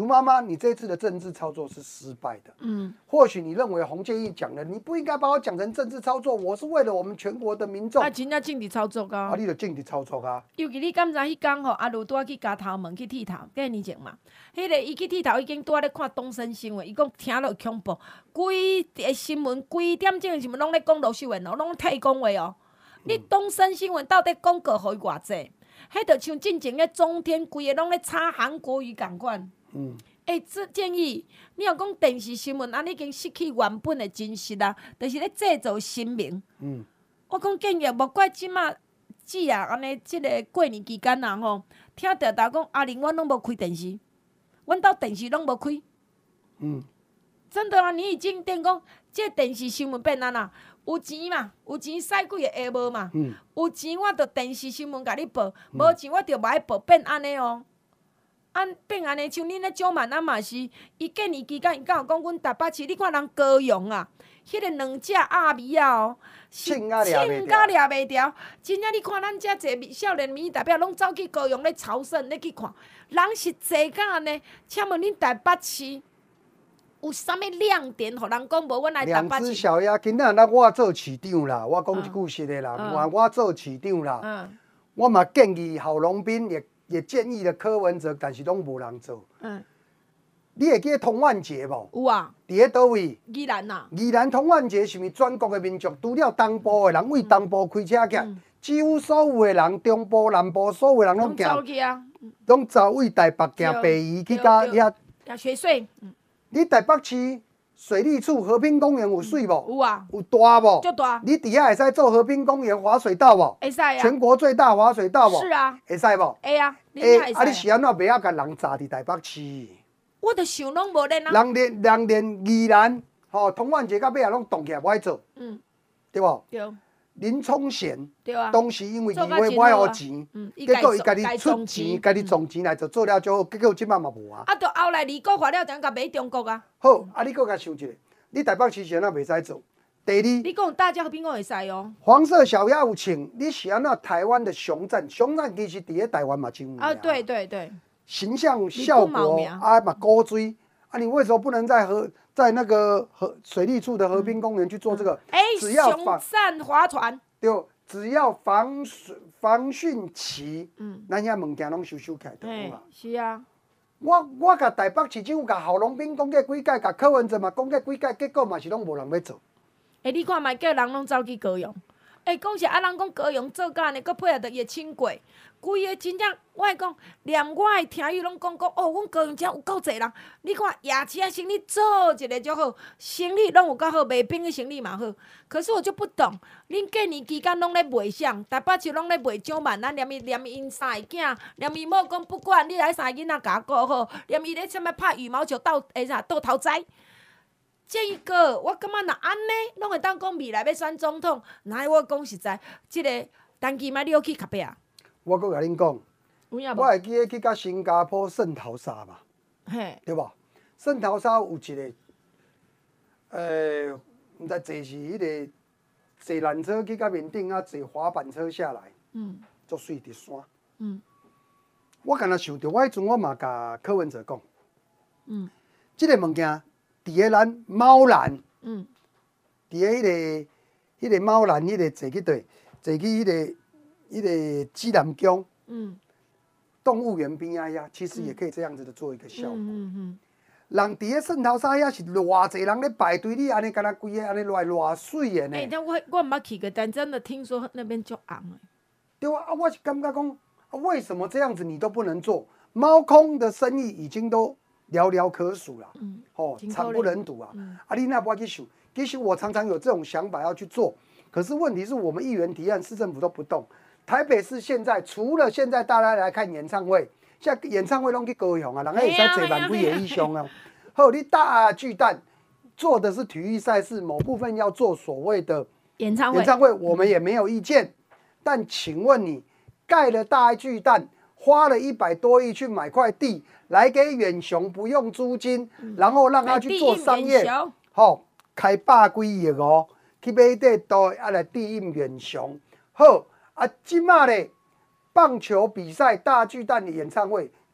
Speaker 3: 卢妈妈，你这次的政治操作是失败的。嗯，或许你认为洪建义讲的，你不应该把我讲成政治操作，我是为了我们全国的民众。
Speaker 2: 啊，真正政治操作啊！
Speaker 3: 啊，你就政治操作啊！
Speaker 2: 尤其你敢知迄天吼，阿鲁拄去加头门去剃头，几年前嘛，迄、那个伊去剃头已经拄咧看东森新闻，伊讲听落恐怖，规个新闻规点钟的新闻拢咧讲罗秀燕哦，拢替讲话哦。嗯、你东森新闻到底广告互伊偌济？迄就像进前个中天规个拢咧炒韩国语共款。嗯，诶、欸，这建议你若讲电视新闻，安尼已经失去原本的真实啦，就是咧制造新闻。嗯，我讲建议，莫怪即马子啊，安尼即个过年期间啊吼，听着大讲阿玲，阮拢无开电视，阮兜电视拢无开。嗯，真的啊，你已经等讲，即、这个电视新闻变安那？有钱嘛，有钱使几个下无嘛。嗯，有钱我着电视新闻甲你报，无、嗯、钱我着无爱报，变安尼哦。按变安尼，像恁咧蒋万安嘛是，伊过年期间，伊敢有讲阮台北市，你看人高雄啊，迄、那个两只鸭米啊哦，
Speaker 3: 称啊掠
Speaker 2: 袂牢，真正你看咱遮侪少年民意代表拢走去高雄咧朝圣咧去看，人是侪甲安尼。请问恁台北市有啥物亮点，互人讲无？阮来台北市。
Speaker 3: 两只小鸭，今仔日我做市长啦，我讲一句实的啦，我、嗯、我做市长啦，嗯、我嘛建议郝龙斌也。也建议了柯文哲，但是拢无人做。嗯，你会记得童万杰无？
Speaker 2: 有啊。
Speaker 3: 伫咧倒位？
Speaker 2: 宜兰呐。
Speaker 3: 宜兰童万杰是毋是全国的民众？除了东部的人为东部开车去，嗯、几乎所有的人，中部、南部所有的人拢行。
Speaker 2: 走去啊。
Speaker 3: 拢走为台北行北宜去甲遐。
Speaker 2: 也学水。嗯、
Speaker 3: 你台北市水利处和平公园有水无？
Speaker 2: 有啊。
Speaker 3: 有大无？
Speaker 2: 就大。
Speaker 3: 你底下会使做和平公园滑水道无？
Speaker 2: 会使啊。
Speaker 3: 全国最大滑水道无？
Speaker 2: 是啊。
Speaker 3: 会使无？
Speaker 2: 会啊。
Speaker 3: 诶，啊！你是安怎袂晓甲人炸伫台北市？
Speaker 2: 我著想拢无练啊。
Speaker 3: 人连人连宜兰吼，童万杰到尾啊拢动起来不爱做，嗯，对无？
Speaker 2: 对。
Speaker 3: 林聪贤，
Speaker 2: 对啊。
Speaker 3: 当时因为议会不爱互钱，嗯，结果伊家己出钱，家己种钱来就做了就好，结果即摆嘛无啊。
Speaker 2: 啊，著后来李国华了，怎甲买中国啊？
Speaker 3: 好，啊，你搁甲想一下，你台北市是安怎袂使做？第二，
Speaker 2: 你讲大家和平公会使哦。
Speaker 3: 黄色小鸭有请，你是安那台湾的熊赞？熊赞其实伫咧台湾嘛真有名
Speaker 2: 啊，对对对，
Speaker 3: 形象效果啊嘛高追啊，你为什么不能在和在那个和水利处的和平公园去做这个？
Speaker 2: 哎、嗯，欸、熊赞划船
Speaker 3: 对，只要防水防汛期，嗯，咱遐物件拢收收起来就好啦。
Speaker 2: 是啊。
Speaker 3: 我我甲台北市政府甲郝龙斌讲过几届，甲柯文哲嘛讲过几届，结果嘛是拢无人要做。
Speaker 2: 诶、欸，你看卖叫人拢走去高雄，诶、欸，讲是啊，人讲高雄做甲呢，佮配合着伊的轻轨，规个真正，我会讲，连我的听友拢讲讲，哦，阮高雄遮有够侪人，你看夜市啊生意做一个就好，生意拢有够好，卖冰的生意嘛好。可是我就不懂，恁过年期间拢咧卖啥？台北市拢咧卖蒋万安，连伊连因三个囝，连伊某讲不管你来三个囡仔甲顾好，连伊咧啥物拍羽毛球斗诶啥斗头栽。这一个，我感觉若安尼，拢会当讲未来要选总统。那我讲实在，即、这个陈其迈你要去卡壁啊？
Speaker 3: 我搁甲恁讲，我会记得去甲新加坡圣淘沙嘛，对无？圣淘沙有一个，呃，毋知坐是迄个坐缆车去甲面顶啊，坐滑板车下来，嗯，足水伫山，嗯。我敢若想着，我迄阵我嘛甲柯文哲讲，嗯，即、这个物件。伫咧咱猫兰，嗯，伫咧迄个、迄个猫兰，迄个坐去对，坐去迄个、迄个基南宫，嗯，动物园边啊呀，其实也可以这样子的做一个效果。嗯嗯嗯。人伫咧圣淘沙遐是偌济人咧排队，你安尼敢若规个安尼来偌水的呢？
Speaker 2: 哎、欸，但我我毋捌去过，但真的听说那边足红的。
Speaker 3: 对啊，我是感觉讲，啊，为什么这样子你都不能做？猫空的生意已经都。寥寥可数啦，嗯，哦，惨不忍睹啊！嗯、啊，你那不要去想，其实我常常有这种想法要去做，可是问题是我们议员提案，市政府都不动。台北市现在除了现在大家来看演唱会，现在演唱会拢去高雄啊，人家也在坐万几个以上啊。好，你大巨蛋做的是体育赛事，某部分要做所谓的
Speaker 2: 演唱会，
Speaker 3: 演唱会我们也没有意见。但请问你盖了大巨蛋？花了一百多亿去买块地来给远雄不用租金，嗯、然后让他去做商业，好、哦、开百几亿哦，去买地都啊来地印远雄。好啊，今嘛咧棒球比赛大巨蛋的演唱会，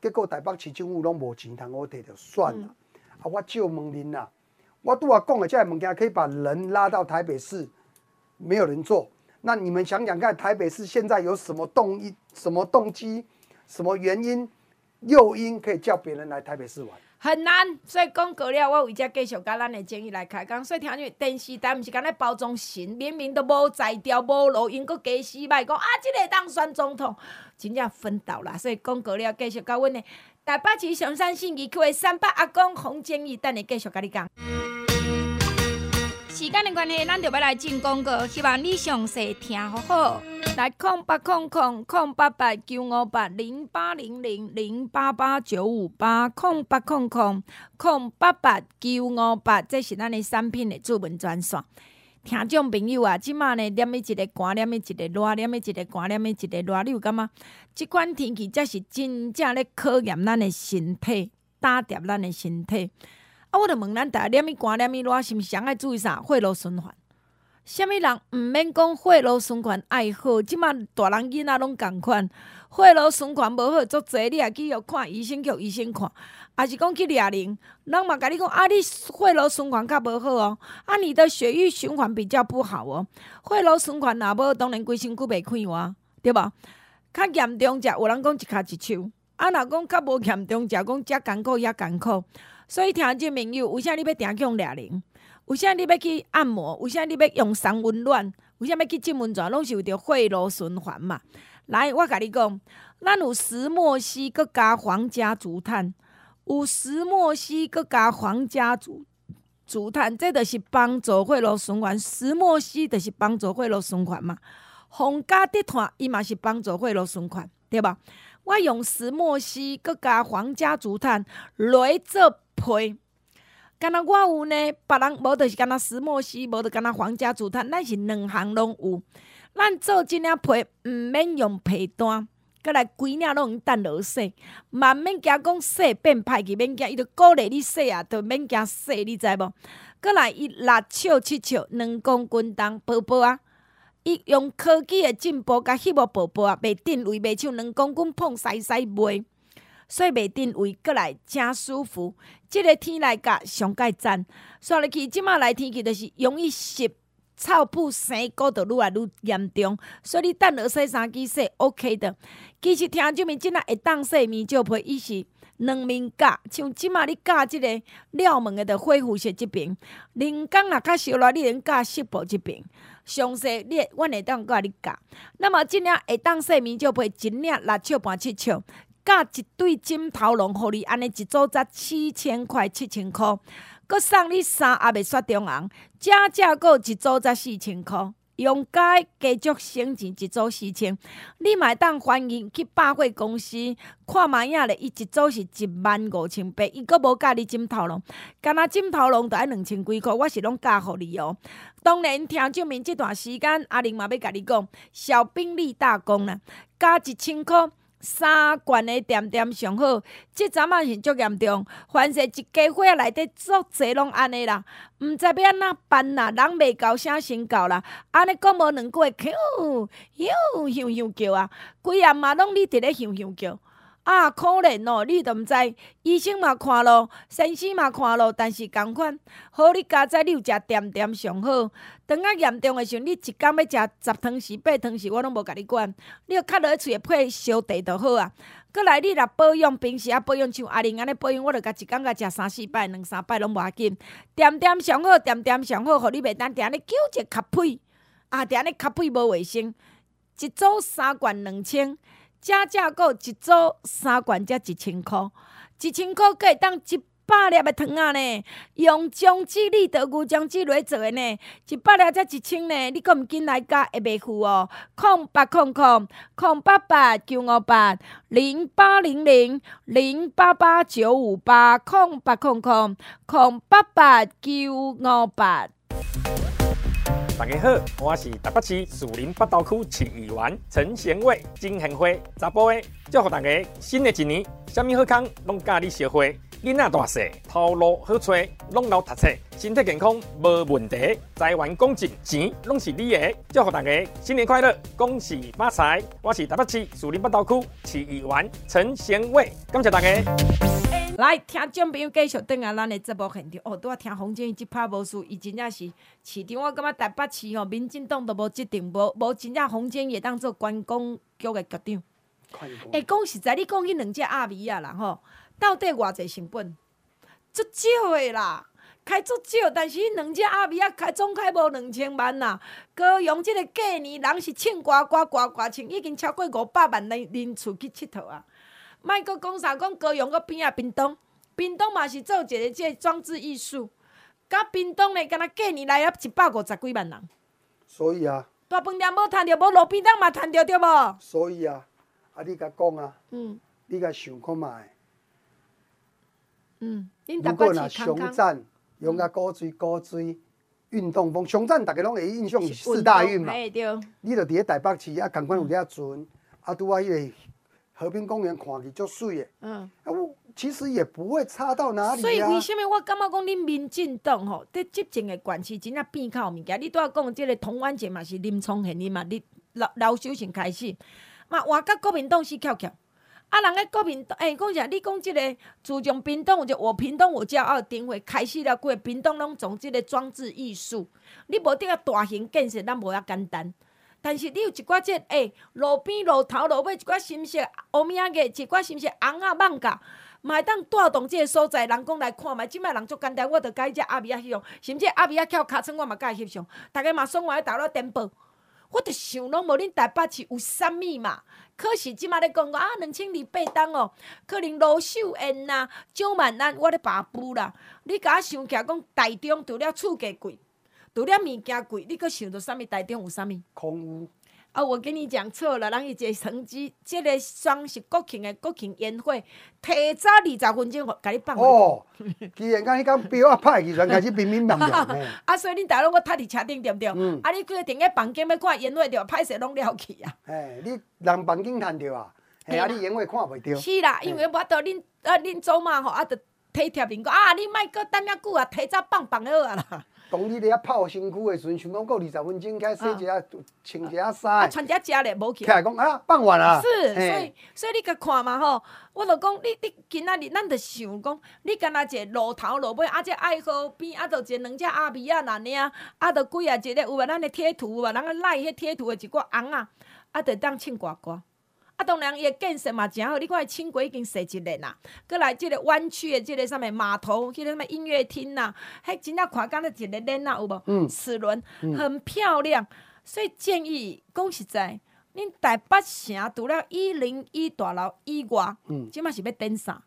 Speaker 3: 结果台北市政府拢无钱通我摕，就算了。嗯、啊，我就问您啦，我拄啊讲的这些物件可以把人拉到台北市，没有人做。那你们想想看，台北市现在有什么动机、什么动机、什么原因、诱因可以叫别人来台北市玩？
Speaker 2: 很难，所以讲过了，我为这继续甲咱的建议来开讲。所以听见电视台毋是敢咧包装神，明明都无才调、无路因，佫假死摆讲啊，即、這个当选总统，真正分道啦。所以讲过了，继续甲阮的台北市松山信义区的三八阿公洪建义，等下继续甲你讲。时间的关系，咱就要来进广告，希望你详细听好好。来，空八空空空八八九五八零八零零零八八九五八空八空空空八八九五八，这是咱的产品的主文专线。听众朋友啊，即马呢，念伊一个寒，念伊一个热，念伊一个寒，念伊一个热，你有感觉？即款天气才是真正咧考验咱的身体，打叠咱的身体。啊，我著问咱大家，念伊寒，念伊热，是毋是上爱注意啥？血路循环。啥物人毋免讲血路循环爱好，即马大人囡仔拢共款，血路循环无好足济，你也去互看医生，去医生看，也是讲去掠铃，人嘛甲你讲啊，你血路循环较无好哦，啊，你的血液循环比较不好哦，血路循环若无，当然规身躯袂快活，对无？较严重者，有人讲一骹一手，啊，若讲较无严重者，讲遮艰苦遐艰苦，所以听众朋友，为啥你要定去用掠铃？为啥你要去按摩？为啥你要用送温暖？为啥要去浸温泉？拢是为着血路循环嘛。来，我甲你讲，咱有石墨烯，佮加黄家竹炭，有石墨烯，佮加黄家竹竹炭，这就是帮助血路循环。石墨烯就是帮助血路循环嘛。黄家竹炭伊嘛是帮助血路循环，对吧？我用石墨烯，佮加黄家竹炭来做配。敢若我有呢，别人无就是敢若石墨烯，无就敢若黄家竹炭，咱是两项拢有。咱做即领皮，毋免用皮单，搁来规领拢用等落洗，嘛免惊讲洗变歹去，免惊伊就鼓励你洗啊，就免惊洗，你知无？搁来伊六尺七尺，两公斤重，薄薄啊！伊用科技的进步，甲翕无薄薄啊，袂定位，袂像两公斤碰西西卖。所以袂定位，过来真舒服。即、這个天来甲上介赞，刷入去即马来天气就是容易湿，臭布生菇就愈来愈严重。所以你等落洗衫机洗 OK 的。其实听众们即仔会当洗面罩皮，伊是两面夹，像即马你夹即个了门的，就恢复式即边；人工若较烧热，你能夹湿布即边。详细你阮会当甲你夹。那么即领会当洗面罩皮，一领六尺半七尺。加一对枕头笼，互你安尼一组才四千块、七千块，佮送你三盒的雪中红，正正佮一组才四千块。用家加足省钱一组四千，你嘛当欢迎去百货公司看卖影咧，伊一组是一万五千八，伊佮无加你枕头笼，干那枕头笼就爱两千几块，我是拢加互你哦。当然，听证明这段时间阿玲嘛要甲你讲，小兵立大功啦，加一千块。三罐的点点上好，即阵仔是足严重，凡是一家伙内底足侪拢安尼啦，毋知要安怎办啦，人袂够啥先够啦，安尼讲无两句话，咻咻咻咻叫啊，规暗嘛拢你伫咧咻咻叫。啊，可怜哦！你都毋知，医生嘛看咯，先生嘛看咯，但是共款，好你加在你有食点点上好。当啊严重的时候，你一工要食十汤匙、八汤匙，我拢无甲你管。你要吸落去喙配烧茶就好啊。过来你若保养，平时啊保养像阿玲安尼保养，我著甲一工甲食三四摆、两三摆拢无要紧。点点上好，点点上好，互你袂当定咧纠结吸屁，啊定咧吸屁无卫生。一组三罐两千。正正个一组三罐才一千箍，一千箍可会当一百粒的糖啊呢？用姜子利得牛姜子来做的呢，一百粒才一千呢，你搁毋紧来加会袂付哦。空八空空空八八九五八零八零零零八八九五八空八空空空八八九五八。
Speaker 5: 大家好，我是台北市树林北投区市议员陈贤伟、金贤辉查甫的，祝福大家新的一年，啥物好康拢甲你相会， 囡仔大细，头路好找，拢留读册，身体健康无问题，财源广进，钱拢是你的。祝福大家新年快乐，恭喜发财！我是台北市士林北道区市议员陈贤伟，感谢大家。
Speaker 2: 来，听众朋友继续转来咱的节目现场。哦，拄啊听洪建义即拍无输，伊真正是市长。我感觉台北市吼，民进党都无决定，无无真正洪建义当做观光局的局长。诶，讲实在，你讲迄两只鸭米啊啦吼，到底偌济成本？足少的啦，开足少，但是迄两只鸭米啊，开总开无两千万啦。高雄即个过年人是唱歌歌歌歌唱，已经超过五百万人人次去佚佗啊。莫阁讲啥，讲高雄个边啊，屏东，屏东嘛是做一个即个装置艺术，甲屏东咧，敢若过年来啊一百五十几万人。
Speaker 3: 所以啊，
Speaker 2: 大饭店无趁着，无路边摊嘛趁着对无？
Speaker 3: 所以啊，啊你甲讲啊，
Speaker 2: 嗯
Speaker 3: 你甲想看卖。
Speaker 2: 嗯，恁
Speaker 3: 如
Speaker 2: 台
Speaker 3: 果若
Speaker 2: 北市空空。
Speaker 3: 上站用甲古水古水运动风，上站大家拢会印象是四大运嘛。
Speaker 2: 嘿对。
Speaker 3: 你著伫咧台北市啊，共款有遐船，啊拄啊迄个和平公园看起足水的。
Speaker 2: 嗯。
Speaker 3: 啊，我其实也不会差到哪里啊。
Speaker 2: 所以为什么我感觉讲恁民进党吼，伫执政的县市真正变靠物件？你拄仔讲即个同湾节嘛是林聪现任嘛，你老老修行开始，嘛换甲国民党死翘翘。啊，人个国民党，诶、欸，讲啥？你讲即、这个自从屏东有一个我屏东我骄傲灯会开始了，几个屏东拢从即个装置艺术，你无得个大型建设，咱无遐简单。但是你有一寡即、這個，诶、欸，路边路头路尾一寡新式乌米仔个，一寡新式红啊艋甲，嘛会当带动即个所在人讲来看觅。即摆人足简单，我着甲伊只阿米仔翕相，甚至阿米仔翘尻川，我嘛甲伊翕相。逐个嘛爽我咧打咧颠簸。我着想拢无恁台北市有啥物嘛？可是即马咧讲讲啊，两千二八当哦，可能罗秀燕呐、蒋万安，我咧把布啦。你甲我想起来讲，台中除了厝价贵，除了物件贵，你阁想到啥物？台中有啥物？
Speaker 3: 空屋。
Speaker 2: 啊，我跟你讲错了，人伊一个成绩，即、这个双十国庆的国庆宴会，提早二十分钟，甲你放。
Speaker 3: 哦，既然讲迄间表啊歹去，就开始明明亮亮的。
Speaker 2: 啊，所以恁大佬我搭伫车顶对不对？
Speaker 3: 嗯、
Speaker 2: 啊，你规个定个房间要看宴会，着歹势拢了去啊。
Speaker 3: 哎，你人房间趁着啊，嘿，啊，你宴会看袂着。
Speaker 2: 是啦，因为我到恁啊恁祖妈吼，啊，着体贴恁讲啊，你莫搁等遐久啊，提早放放好啊啦。
Speaker 3: 当你伫遐泡身躯的时阵，想讲过二十分钟，开洗一下、穿一下衫，
Speaker 2: 啊，穿一下食咧，无去。
Speaker 3: 起来讲啊，放完啊。
Speaker 2: 是，所以所以你甲看嘛吼，我着讲你你今仔日咱着想讲，你干若一个路头路尾，啊，这爱河边，啊，着一两只阿米啊，那尔，啊，着几啊一个有无咱的贴图有无，咱个赖迄贴图的一寡红啊，啊，着当唱歌歌。啊，当然伊的建设嘛真好，你看伊轻轨已经设一个啦，搁来即个湾区的即个啥物码头，迄个什么音乐厅呐，迄真正看敢若一个链啊，有无？嗯。齿轮很漂亮，所以建议讲实在，恁台北城除了一零一大楼以外，嗯，即马是要登啥？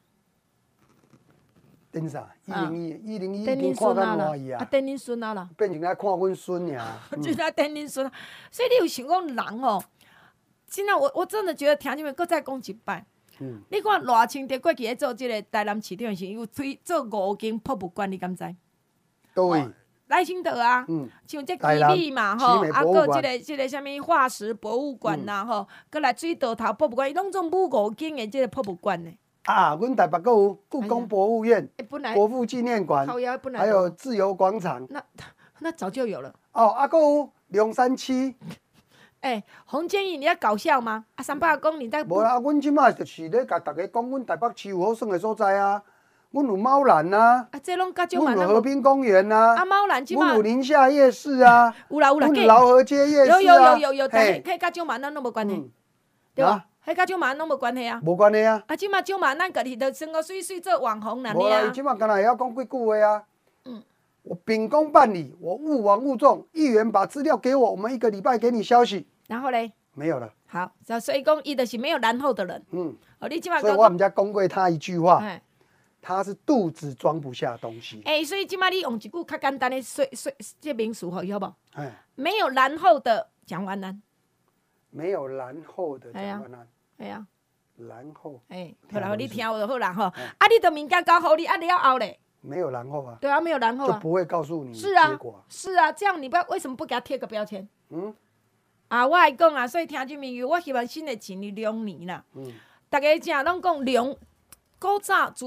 Speaker 3: 登啥？一零一，一零一已
Speaker 2: 登
Speaker 3: 经看到
Speaker 2: 恁孙啊啦，
Speaker 3: 满意啊，
Speaker 2: 啊，登恁孙啊啦，
Speaker 3: 变成来看阮孙尔。
Speaker 2: 就在登恁孙啊，所以你有想讲人吼？真正我我真的觉得听你们搁再讲一摆。嗯、你看赖清德过去咧做即个台南市长时，有推做五间博物馆，你敢知？
Speaker 3: 倒位？
Speaker 2: 赖清德啊，嗯、像这基地嘛吼，啊，搁即个即个啥物化石博物馆呐吼，搁、嗯、来水道头博物馆，伊拢总五五间的即个博物馆呢。
Speaker 3: 啊，阮台北阁有故宫博物院、
Speaker 2: 哎欸、
Speaker 3: 国父纪念馆，还有自由广场。
Speaker 2: 那那早就有了。
Speaker 3: 哦，啊，阁有龙山区。
Speaker 2: 哎、欸，洪建义，你在搞笑吗？啊，三百公你在？
Speaker 3: 无啦，阮即摆就是咧甲大家讲，阮台北市有好耍的所在啊。阮有猫兰啊，
Speaker 2: 啊，这拢甲少
Speaker 3: 阮有和平公园啊，
Speaker 2: 啊，猫兰即摆。
Speaker 3: 阮有宁夏夜市啊，
Speaker 2: 有啦有啦，
Speaker 3: 阮劳合街夜市啊，
Speaker 2: 有有有有有，但是迄甲少万咱拢无关系，嗯、对吧？迄甲少万拢无关系啊。
Speaker 3: 无关系啊。
Speaker 2: 啊，即摆少万咱家己着生个水水做网红啦，
Speaker 3: 无啦，伊即摆敢若会晓讲几句话啊。嗯。我秉公办理，我勿枉勿纵。议员把资料给我，我们一个礼拜给你消息。
Speaker 2: 然后嘞？
Speaker 3: 没有了。
Speaker 2: 好，所以讲，伊就是没有然后的人。嗯。哦，你即摆。
Speaker 3: 所以我们家讲过他一句话，他是肚子装不下东西。
Speaker 2: 哎、欸，所以即摆你用一句较简单的说说这名词好，好不好？哎。没有然后的蒋万安。
Speaker 3: 没有然后的蒋万安。
Speaker 2: 哎呀。
Speaker 3: 然后。
Speaker 2: 哎，好啦，你听就好啦吼。啊，你的物件交互你，啊，了后嘞。
Speaker 3: 没有然后啊。
Speaker 2: 对啊，没有然后啊。
Speaker 3: 就不会告诉你
Speaker 2: 是啊，
Speaker 3: 结果。
Speaker 2: 是啊，这样你不要为什么不给他贴个标签？嗯。啊，我来讲啊，所以听这朋友，我希望新的一年龙年啦，嗯，大家正拢讲龙，古早自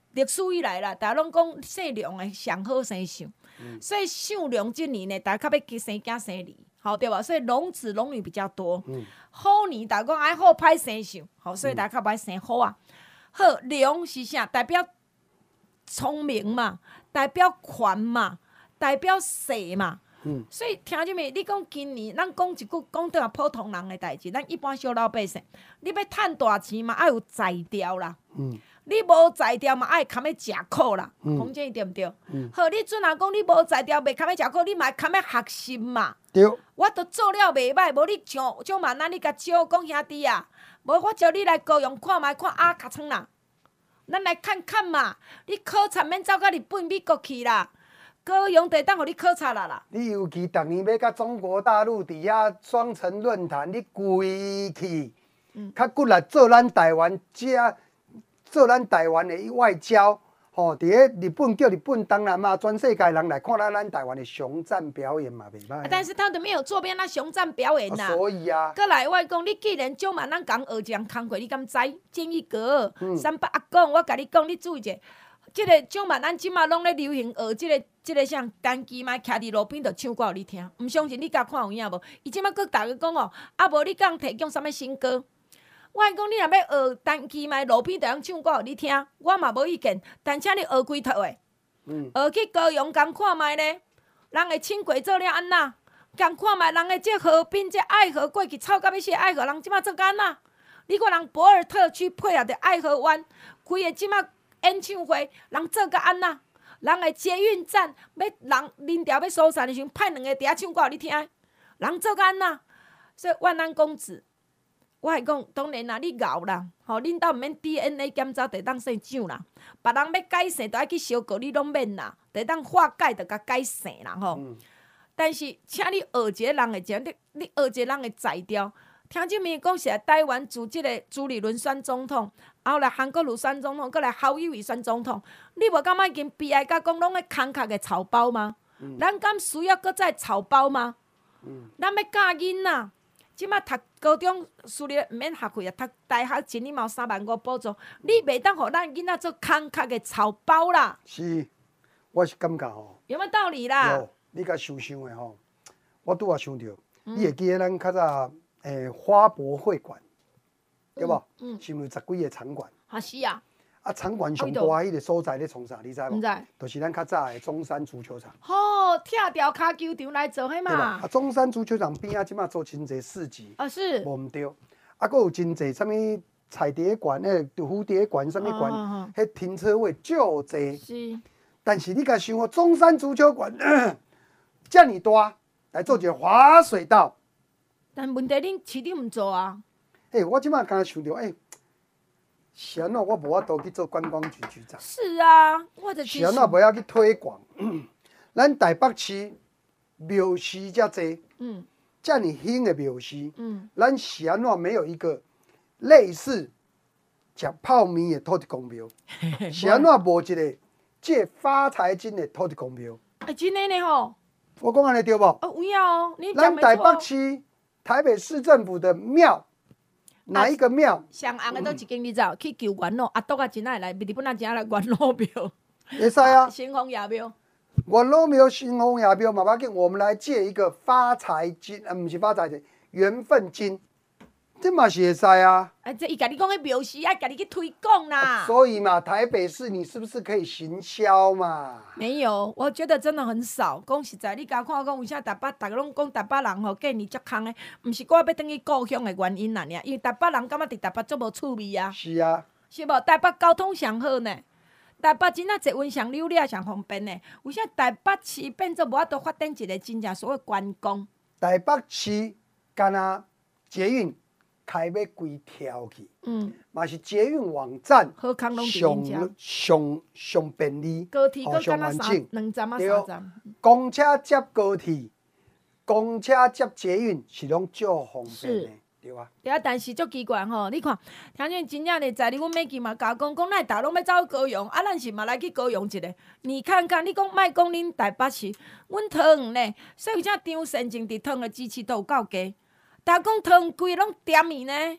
Speaker 2: 历史以来啦，大家拢讲姓梁的上好生相，
Speaker 3: 嗯、
Speaker 2: 所以姓梁即年呢，大家较要生囝生女，好对吧？所以龙子龙女比较多。
Speaker 3: 嗯、
Speaker 2: 好年大家讲爱好歹生相，好，所以大家较歹生好啊。好，梁是啥？代表聪明嘛，代表权嘛，代表势嘛。嗯、所以听什么？你讲今年，咱讲一句讲倒来普通人的代志，咱一般小老百姓，你要趁大钱嘛，爱有才调啦。嗯、你无才调嘛，爱堪要食苦啦。洪建对毋对？嗯、好，你阵啊讲你无才调，袂堪要食苦，你嘛堪要学习嘛。
Speaker 3: 对。
Speaker 2: 我都做了袂歹，无你像像万咱你甲招讲兄弟啊，无我招你来高雄看觅看啊尻川啦，咱来看看嘛。你考察免走到日本、美国去啦。高雄地当互你考察啦啦！
Speaker 3: 你尤其逐年要甲中国大陆伫遐双城论坛，你规去，嗯、较骨力做咱台湾遮，做咱台湾的外交，吼、哦，伫咧日本叫日本东南亚全世界人来看咱咱台湾的熊战表演嘛，袂歹。
Speaker 2: 但是他都没有做变那熊战表演呐、
Speaker 3: 啊。所以啊，
Speaker 2: 过来我讲，你既然种嘛，咱讲学一项工课，你敢知？建议哥，嗯、三八阿公，我甲你讲，你注意者。即、这个种嘛，咱即马拢咧流行学即、这个、即、这个啥单机嘛，徛伫路边就唱歌互你听。毋相信你甲看有影无？伊即马佫逐个讲哦，啊无你敢提供啥物新歌？我讲你若要学单机嘛，路边就通唱歌互你听，我嘛无意见。但请你学几套诶，嗯、学去高雄共看觅咧，人诶轻轨做了安那？共看觅人诶即河滨、即爱河过去臭到要死爱河，人即马做安那？你看人博尔特区配合着爱河湾，规个即马。演唱会，人做甲安那？人诶捷运站要人人潮要疏散的时阵，派两个伫遐唱歌互你听，人做甲安那？所以万安公子，我系讲，当然啦，你熬啦，吼，恁兜毋免 D N A 检查，得当生长啦。别人要改姓，都爱去烧过，你拢免啦，得当化解，就甲改姓啦，吼。嗯、但是，请你学一个人诶情，你你学一个人诶才调。听即面讲是来台湾自即个朱立伦选总统，然后来韩国瑜选总统，搁来侯友宜选总统，你无感觉已经悲哀甲讲拢咧空壳的草包吗？嗯、咱敢需要搁再草包吗？嗯、咱要教囡仔，即摆读高中私立毋免学费啊，读大学一年嘛有三万五补助，你袂当互咱囡仔做空壳的草包啦。
Speaker 3: 是，我是感觉吼，
Speaker 2: 有没有道理啦？
Speaker 3: 有，你甲想想的吼，我拄啊想到，嗯、你会记得咱较早。诶，花博会馆，对无？嗯，是毋是十几个场馆？
Speaker 2: 啊是啊。
Speaker 3: 啊，场馆上大迄个所在咧创啥？你知无？
Speaker 2: 毋知。
Speaker 3: 就是咱较早的中山足球场。
Speaker 2: 吼，拆掉骹球场来做迄嘛。
Speaker 3: 啊，中山足球场边啊，即马做真侪市集。
Speaker 2: 啊是。
Speaker 3: 无毋对，啊，佫有真侪啥物彩蝶馆、诶蝴蝶馆、啥物馆，迄停车位就侪。
Speaker 2: 是。但
Speaker 3: 是你甲想哦，中山足球馆遮尔大，来做一个滑水道。
Speaker 2: 但问题恁市长毋做啊？
Speaker 3: 诶、欸，我即摆刚想到，诶、欸，是安怎我无法度去做观光局局长？
Speaker 2: 是啊，我就是
Speaker 3: 安怎无要去推广？咱台北市庙寺遮济，嗯，遮尔兴的庙寺，嗯，咱是安怎没有一个类似食泡面的土地公庙？是安怎无一个借发财金的土地公庙？
Speaker 2: 哎，真的呢吼！
Speaker 3: 我讲安尼对无？
Speaker 2: 哦，有影哦，你
Speaker 3: 咱台北市。台北市政府的庙，哪一个庙？
Speaker 2: 上红的都一间，你知道？去求元老，阿督啊，真爱来，日本啊，真爱来元老庙。
Speaker 3: 会使啊！
Speaker 2: 新丰爷庙。
Speaker 3: 元老庙、新丰爷庙嘛，要紧，我们来借一个发财金，啊，不是发财金，缘分金，这嘛是会使啊。
Speaker 2: 啊，这伊甲你讲迄庙事，爱甲你去推广啦、
Speaker 3: 啊。所以嘛，台北市你是不是可以行销嘛？
Speaker 2: 没有，我觉得真的很少。讲实在，你甲看讲为啥台北，大家拢讲台北人吼，过年足空的，毋是我要等去故乡的原因啦，尔，因为台北人感觉伫台北足无趣味啊。
Speaker 3: 是啊。
Speaker 2: 是无？台北交通上好呢，台北真正坐运上溜了上方便呢。为啥台北市变做无法度发展一个真正所谓观光？
Speaker 3: 台北市干那捷运。开要几条去，嗯，嘛是捷运网站上上上便利，
Speaker 2: 高铁
Speaker 3: 哦上完整，
Speaker 2: 两站啊三站。
Speaker 3: 公车接高铁，公车接捷运是拢足方便的，对啊。
Speaker 2: 对啊，但是足奇怪吼，你看，听见真正的在哩，阮每记嘛甲讲讲，咱大拢要走高雄，啊，咱是嘛来去高雄一个。你看看，你讲莫讲恁台北市，阮桃园呢，所以有只张善政伫桃园的支持都有够低。大家讲桃园规拢点伊呢，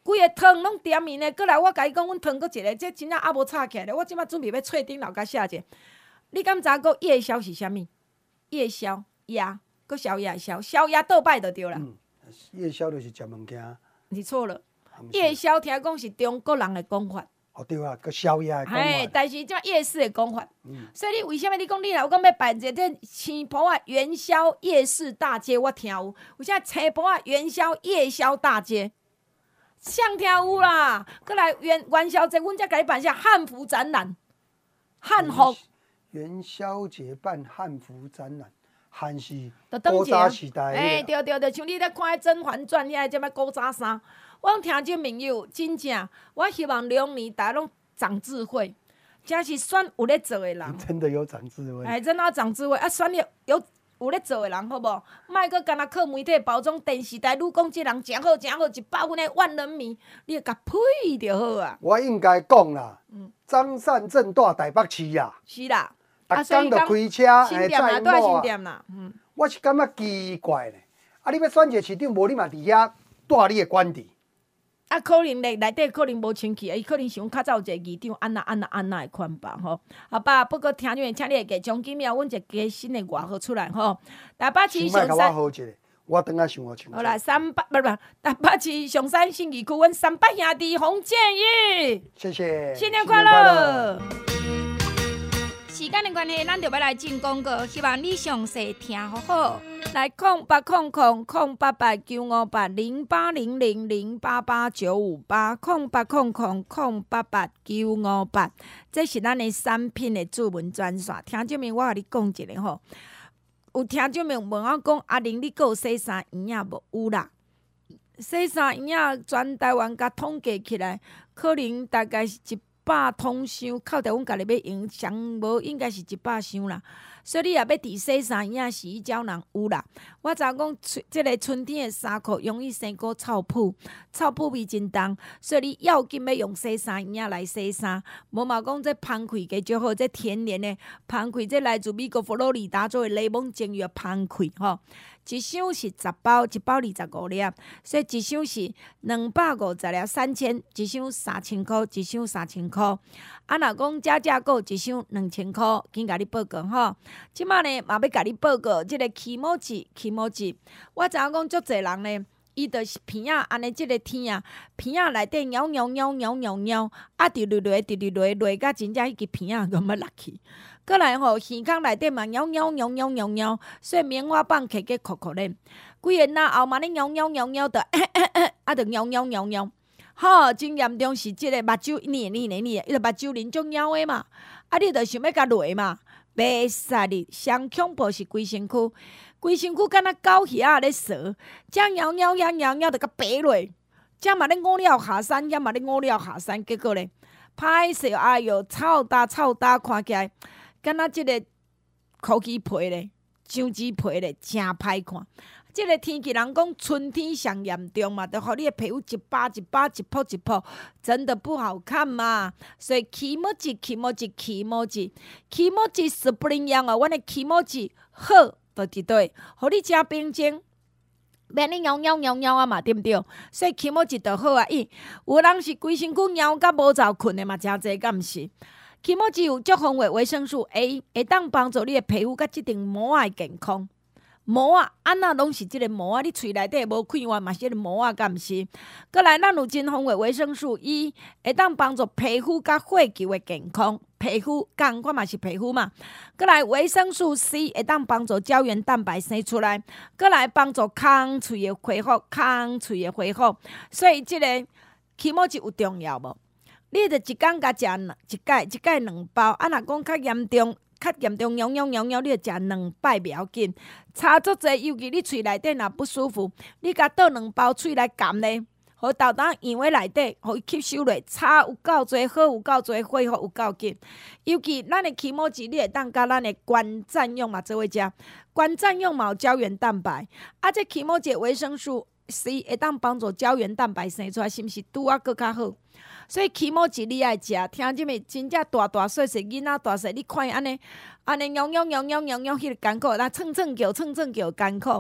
Speaker 2: 规个汤拢点面呢，过来我甲伊讲，阮汤搁一个，这真正还无炒起来咧。我即摆准备要册顶楼甲写者。你敢知影夜宵是啥物？夜宵鸭，搁宵夜宵，宵夜倒摆就对啦。
Speaker 3: 嗯，夜宵就是食物件。
Speaker 2: 你错了，夜宵听讲是中国人的讲法。
Speaker 3: 哦对啊，个宵夜的讲
Speaker 2: 嘿，
Speaker 3: 法。
Speaker 2: 但是即夜市的讲法。
Speaker 3: 嗯，
Speaker 2: 所以你为什么你讲你若有讲要办一个这青埔啊元宵夜市大街？我听有，有啥青埔啊元宵夜宵大街？像听有啦，过来元元宵节，阮才甲你办下汉服展览，汉服。
Speaker 3: 元宵节办汉服展览，汉是
Speaker 2: 就当
Speaker 3: 古早时代的。
Speaker 2: 哎，对对对，像你咧看《甄嬛传》遐即摆古早衫，我讲听这朋友真正，我希望两年大家拢长智慧，真是选有咧做的人。
Speaker 3: 真的有长智慧。
Speaker 2: 哎，真啊长智慧啊，选了有有咧做的人，好无？莫搁干那靠媒体包装，电视台愈讲这人真好真好，一百分的万人迷，你甲呸就好啊。
Speaker 3: 我应该讲啦，张善政住台北市啊。
Speaker 2: 是啦。
Speaker 3: 逐工就开车，
Speaker 2: 新店啦，都系新店啦。嗯，
Speaker 3: 我是感觉奇怪咧。啊，你要选一个市长，无你嘛伫遐带你的官邸。
Speaker 2: 啊，可能内内底可能无清气，伊可能想较早有一个议长安那安那安那的款吧，吼。好吧，不过听众请你会记，将今秒阮一个新的外号出来，吼。台北市上山，
Speaker 3: 我好一个，我等下想我清楚。
Speaker 2: 好啦，三八不不，台北市上山新义区，阮三八兄弟洪建宇，
Speaker 3: 谢谢，
Speaker 2: 新年快乐。时间的关系，咱就要来进广告，希望你详细听好好。来，空八空空空八八九五八零八零零零八八九五八，空八空空空八八九五八，这是咱的产品的主文专线。听众们，我甲你讲一个吼，有听众们问我讲，阿玲，你还有洗衫衣啊无？有啦，洗衫衣啊，全台湾甲统计起来，可能大概是一。百通箱，靠着阮家己要用，上无应该是一百箱啦。所以你也要伫洗衫衣啊、洗衣胶囊有啦。我知影讲，即个春天的衫裤容易生个臭噗，臭噗味真重，所以你要紧要用洗衫衣啊来洗衫。无嘛讲这芳溃加足好，这天然的芳溃，这来自美国佛罗里达州的雷蒙精油芳溃吼。一箱是十包，一包二十五粒，所以一箱是两百五十粒，三千，一箱三千块，一箱三千块。啊，若讲加价购一箱两千块，紧甲你报告吼。即摆呢，嘛要甲你报告，即、这个起毛剂，起毛剂，我知影讲足侪人呢，伊就是鼻仔安尼，即个天啊，鼻仔内底扭扭扭扭扭扭，啊，直直落，直直落，落甲真正迄个鼻仔咁要落去。过来吼，耳孔内底嘛扭扭扭扭扭扭，所以棉花棒摕个酷酷咧，规个那后嘛咧扭扭扭扭的，啊，着扭扭扭扭。吼，真严重是即个目睭黏黏黏黏，伊着目睭黏足猫的嘛，啊，你着想要甲落嘛，袂使哩，上恐怖是规身躯，规身躯敢若狗耳仔咧扫，这扭扭扭扭扭着甲爬落，这嘛咧五了下山，也嘛咧五了下山，结果咧，歹势，哎哟，臭大臭大，看起来。敢若即个烤鸡皮咧、酱鸡皮咧，真歹看。即、这个天气，人讲春天上严重嘛，就互你的皮肤一巴一巴、一泡一泡，真的不好看嘛。所以起毛剂、起毛剂、起毛剂、起毛剂是不一样哦。阮的起毛剂好，就伫对，互你食冰晶。免你扭扭扭扭啊嘛，对毋对？所以起毛剂就好啊。伊有人是规身躯扭甲无着困的嘛，诚济敢毋是？起毛剂有足丰富维生素 A， 会当帮助你的皮肤甲即顶毛仔健康。毛仔安那拢是即个毛仔，你喙内底无开完嘛是即个毛仔，敢毋是？过来，咱有真丰富维生素 E， 会当帮助皮肤甲血球的健康。皮肤共款嘛是皮肤嘛。过来，维生素 C 会当帮助胶原蛋白生出来。过来，帮助空喙的恢复，空喙的恢复。所以即个起毛剂有重要无？你着一工甲食一盖一盖两包，啊！若讲较严重、较严重，扭扭扭扭，你着食两摆袂要紧。差足济，尤其你喙内底若不舒服，你甲倒两包喙来含咧，互豆豆咽胃内底，互伊吸收落，差有够济，好有够济，恢复有够紧。尤其咱的起毛剂，你会当甲咱的关赞用嘛做伙食，关赞用嘛有胶原蛋白，啊！这起毛剂维生素 C 会当帮助胶原蛋白生出来，是毋是拄啊搁较好？所以起毛剂你爱食，听即个真正大大细细囡仔大细，你看伊安尼安尼扭扭扭扭扭扭，迄个艰苦，那蹭蹭叫蹭蹭叫艰苦，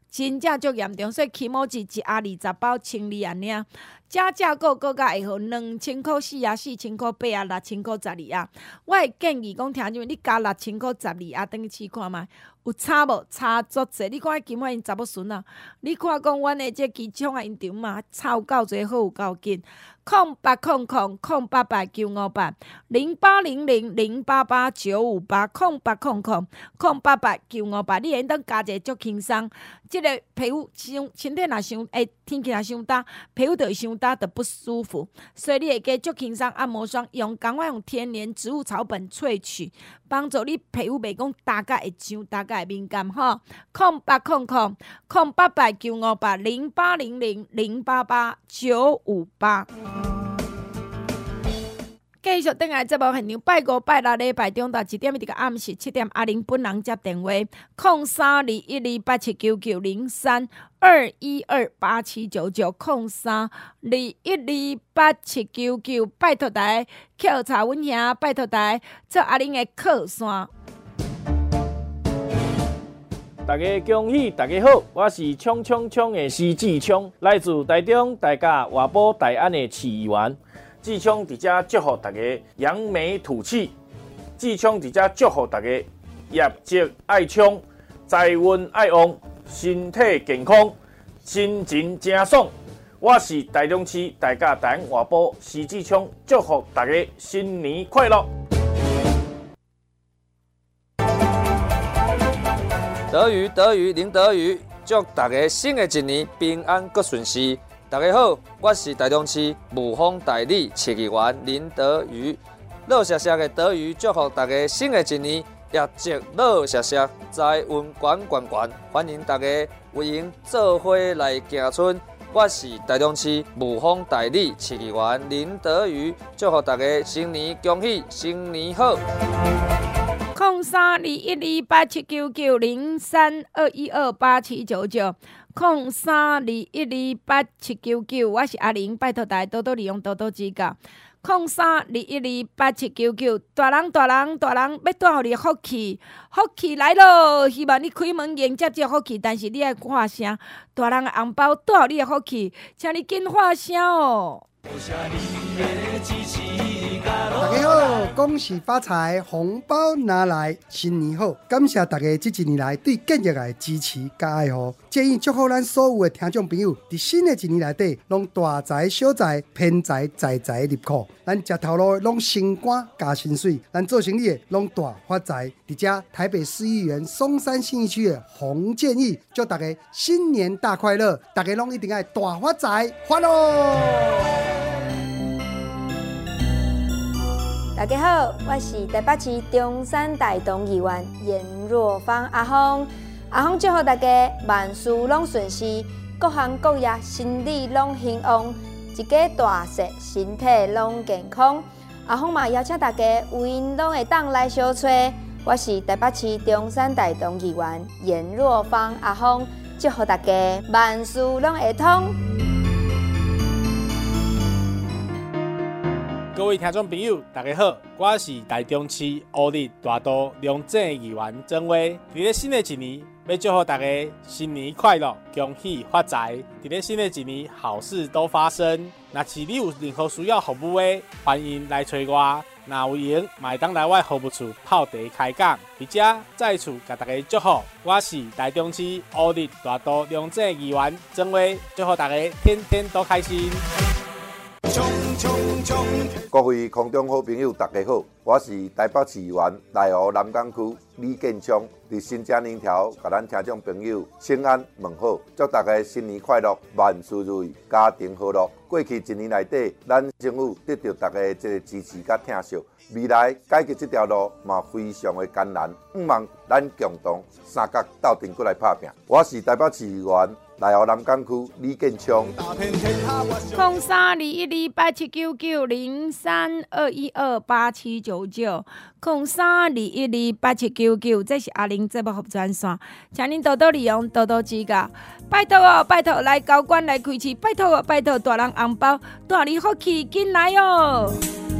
Speaker 2: 真正足严重，所以起毛钱一盒二十包，千二安尼。加价购购价会好，两千块四啊，四千块八啊，六千块十二啊。我会建议讲，听众你加六千块十二啊，等去试看觅，有差无？差足济。你看金发因查某孙啊，你看讲阮的这机场啊，因场嘛，差有够济，好有够紧。空八空空空八八九五八零八零零零八八九五八空八空空空八八九五八，你会当加一个足轻松。即、这个皮肤伤身体若伤诶，天气若伤干，皮肤就会伤干，就不舒服。所以你会加足轻松按摩霜，用赶快用天然植物草本萃取，帮助你皮肤袂讲大概会痒，大概会敏感吼。空八空空空八八九五八零八零零零八八九五八。继续等来节目现场，拜五拜六礼拜中到一点一直到暗时七点，阿玲本人接电话，零三二一二八七九九零三二一二八七九九零三二一二八七九九，拜托大家扣查阮兄，拜托大家做阿玲的靠山。
Speaker 5: 大家恭喜，大家好，我是冲冲冲的施志冲，来自台中大甲外埔大安的市议员。志冲伫遮祝福大家扬眉吐气，志冲伫遮祝福大家业绩爱冲，财运爱旺，身体健康，心情正爽。我是台中市大甲大安外埔施志冲，祝福大家新年快乐。
Speaker 6: 德语德语林德语，祝大家新的一年平安搁顺遂。大家好，我是台中市雾峰代理市议员林德瑜。乐谢谢的德瑜，祝福大家新的一年业绩乐谢谢，财运悬悬悬。欢迎大家有闲做伙来行春。我是台中市雾峰代理市议员林德瑜，祝福大家新年恭喜，新年好。
Speaker 2: 零三二一二八七九九零三二一二八七九九。零三二一二八七九九，我是阿玲，拜托大家多多利用，多多指教。零三二一二八七九九，大人大人大人，要带互你福气，福气来咯！希望你开门迎接这福气，但是你爱喊声，大人的红包带互你的福气，请你紧喊声哦。
Speaker 3: 大家好，恭喜发财，红包拿来，新年好！感谢大家这一年来对建业的支持加爱护。建议祝福咱所有的听众朋友，在新的一年内底，拢大财小财，偏财财财入库。咱食头路的拢升官加薪水，咱做生意的拢大发财。伫遮台北市议员松山信义区的洪建义，祝大家新年大快乐！大家拢一定爱大发财，发咯！
Speaker 4: 大家好，我是台北市中山大同议员严若芳阿芳。阿芳祝福大家万事拢顺遂，各行各业心理拢兴旺，一家大细身体拢健康。阿芳嘛邀请大家有闲拢会当来相找。我是台北市中山大同议员严若芳阿芳，祝福大家万事拢会通。
Speaker 7: 各位听众朋友，大家好，我是台中市乌日大都龙井议员曾威。伫咧新的一年，要祝福大家新年快乐，恭喜发财。伫咧新的一年，好事都发生。若是你有任何需要服务的，欢迎来找我。若有闲，嘛会当来我服务处泡茶开讲。伫遮再次甲大家祝福，我是台中市乌日大都龙井议员曾威，祝福大家天天都开心。
Speaker 8: 各位空中好朋友，大家好，我是台北市议员内湖南港区李建昌。伫新正年头，甲咱听众朋友请安问好，祝大家新年快乐，万事如意，家庭和乐。过去一年内底，咱政府得到大家这个支持甲疼惜，未来解决这条路嘛非常的艰难，毋望咱共同三角斗阵过来拍拼。我是台北市议员内湖南港区李建昌。
Speaker 2: 零三二一二八七九九零三二一二八七九九零三二一二八七九九，这是阿玲节目服专线，请您多多利用，多多指教。拜托哦，拜托来高官来开市，拜托哦，拜托大人红包，大你福气紧来哦。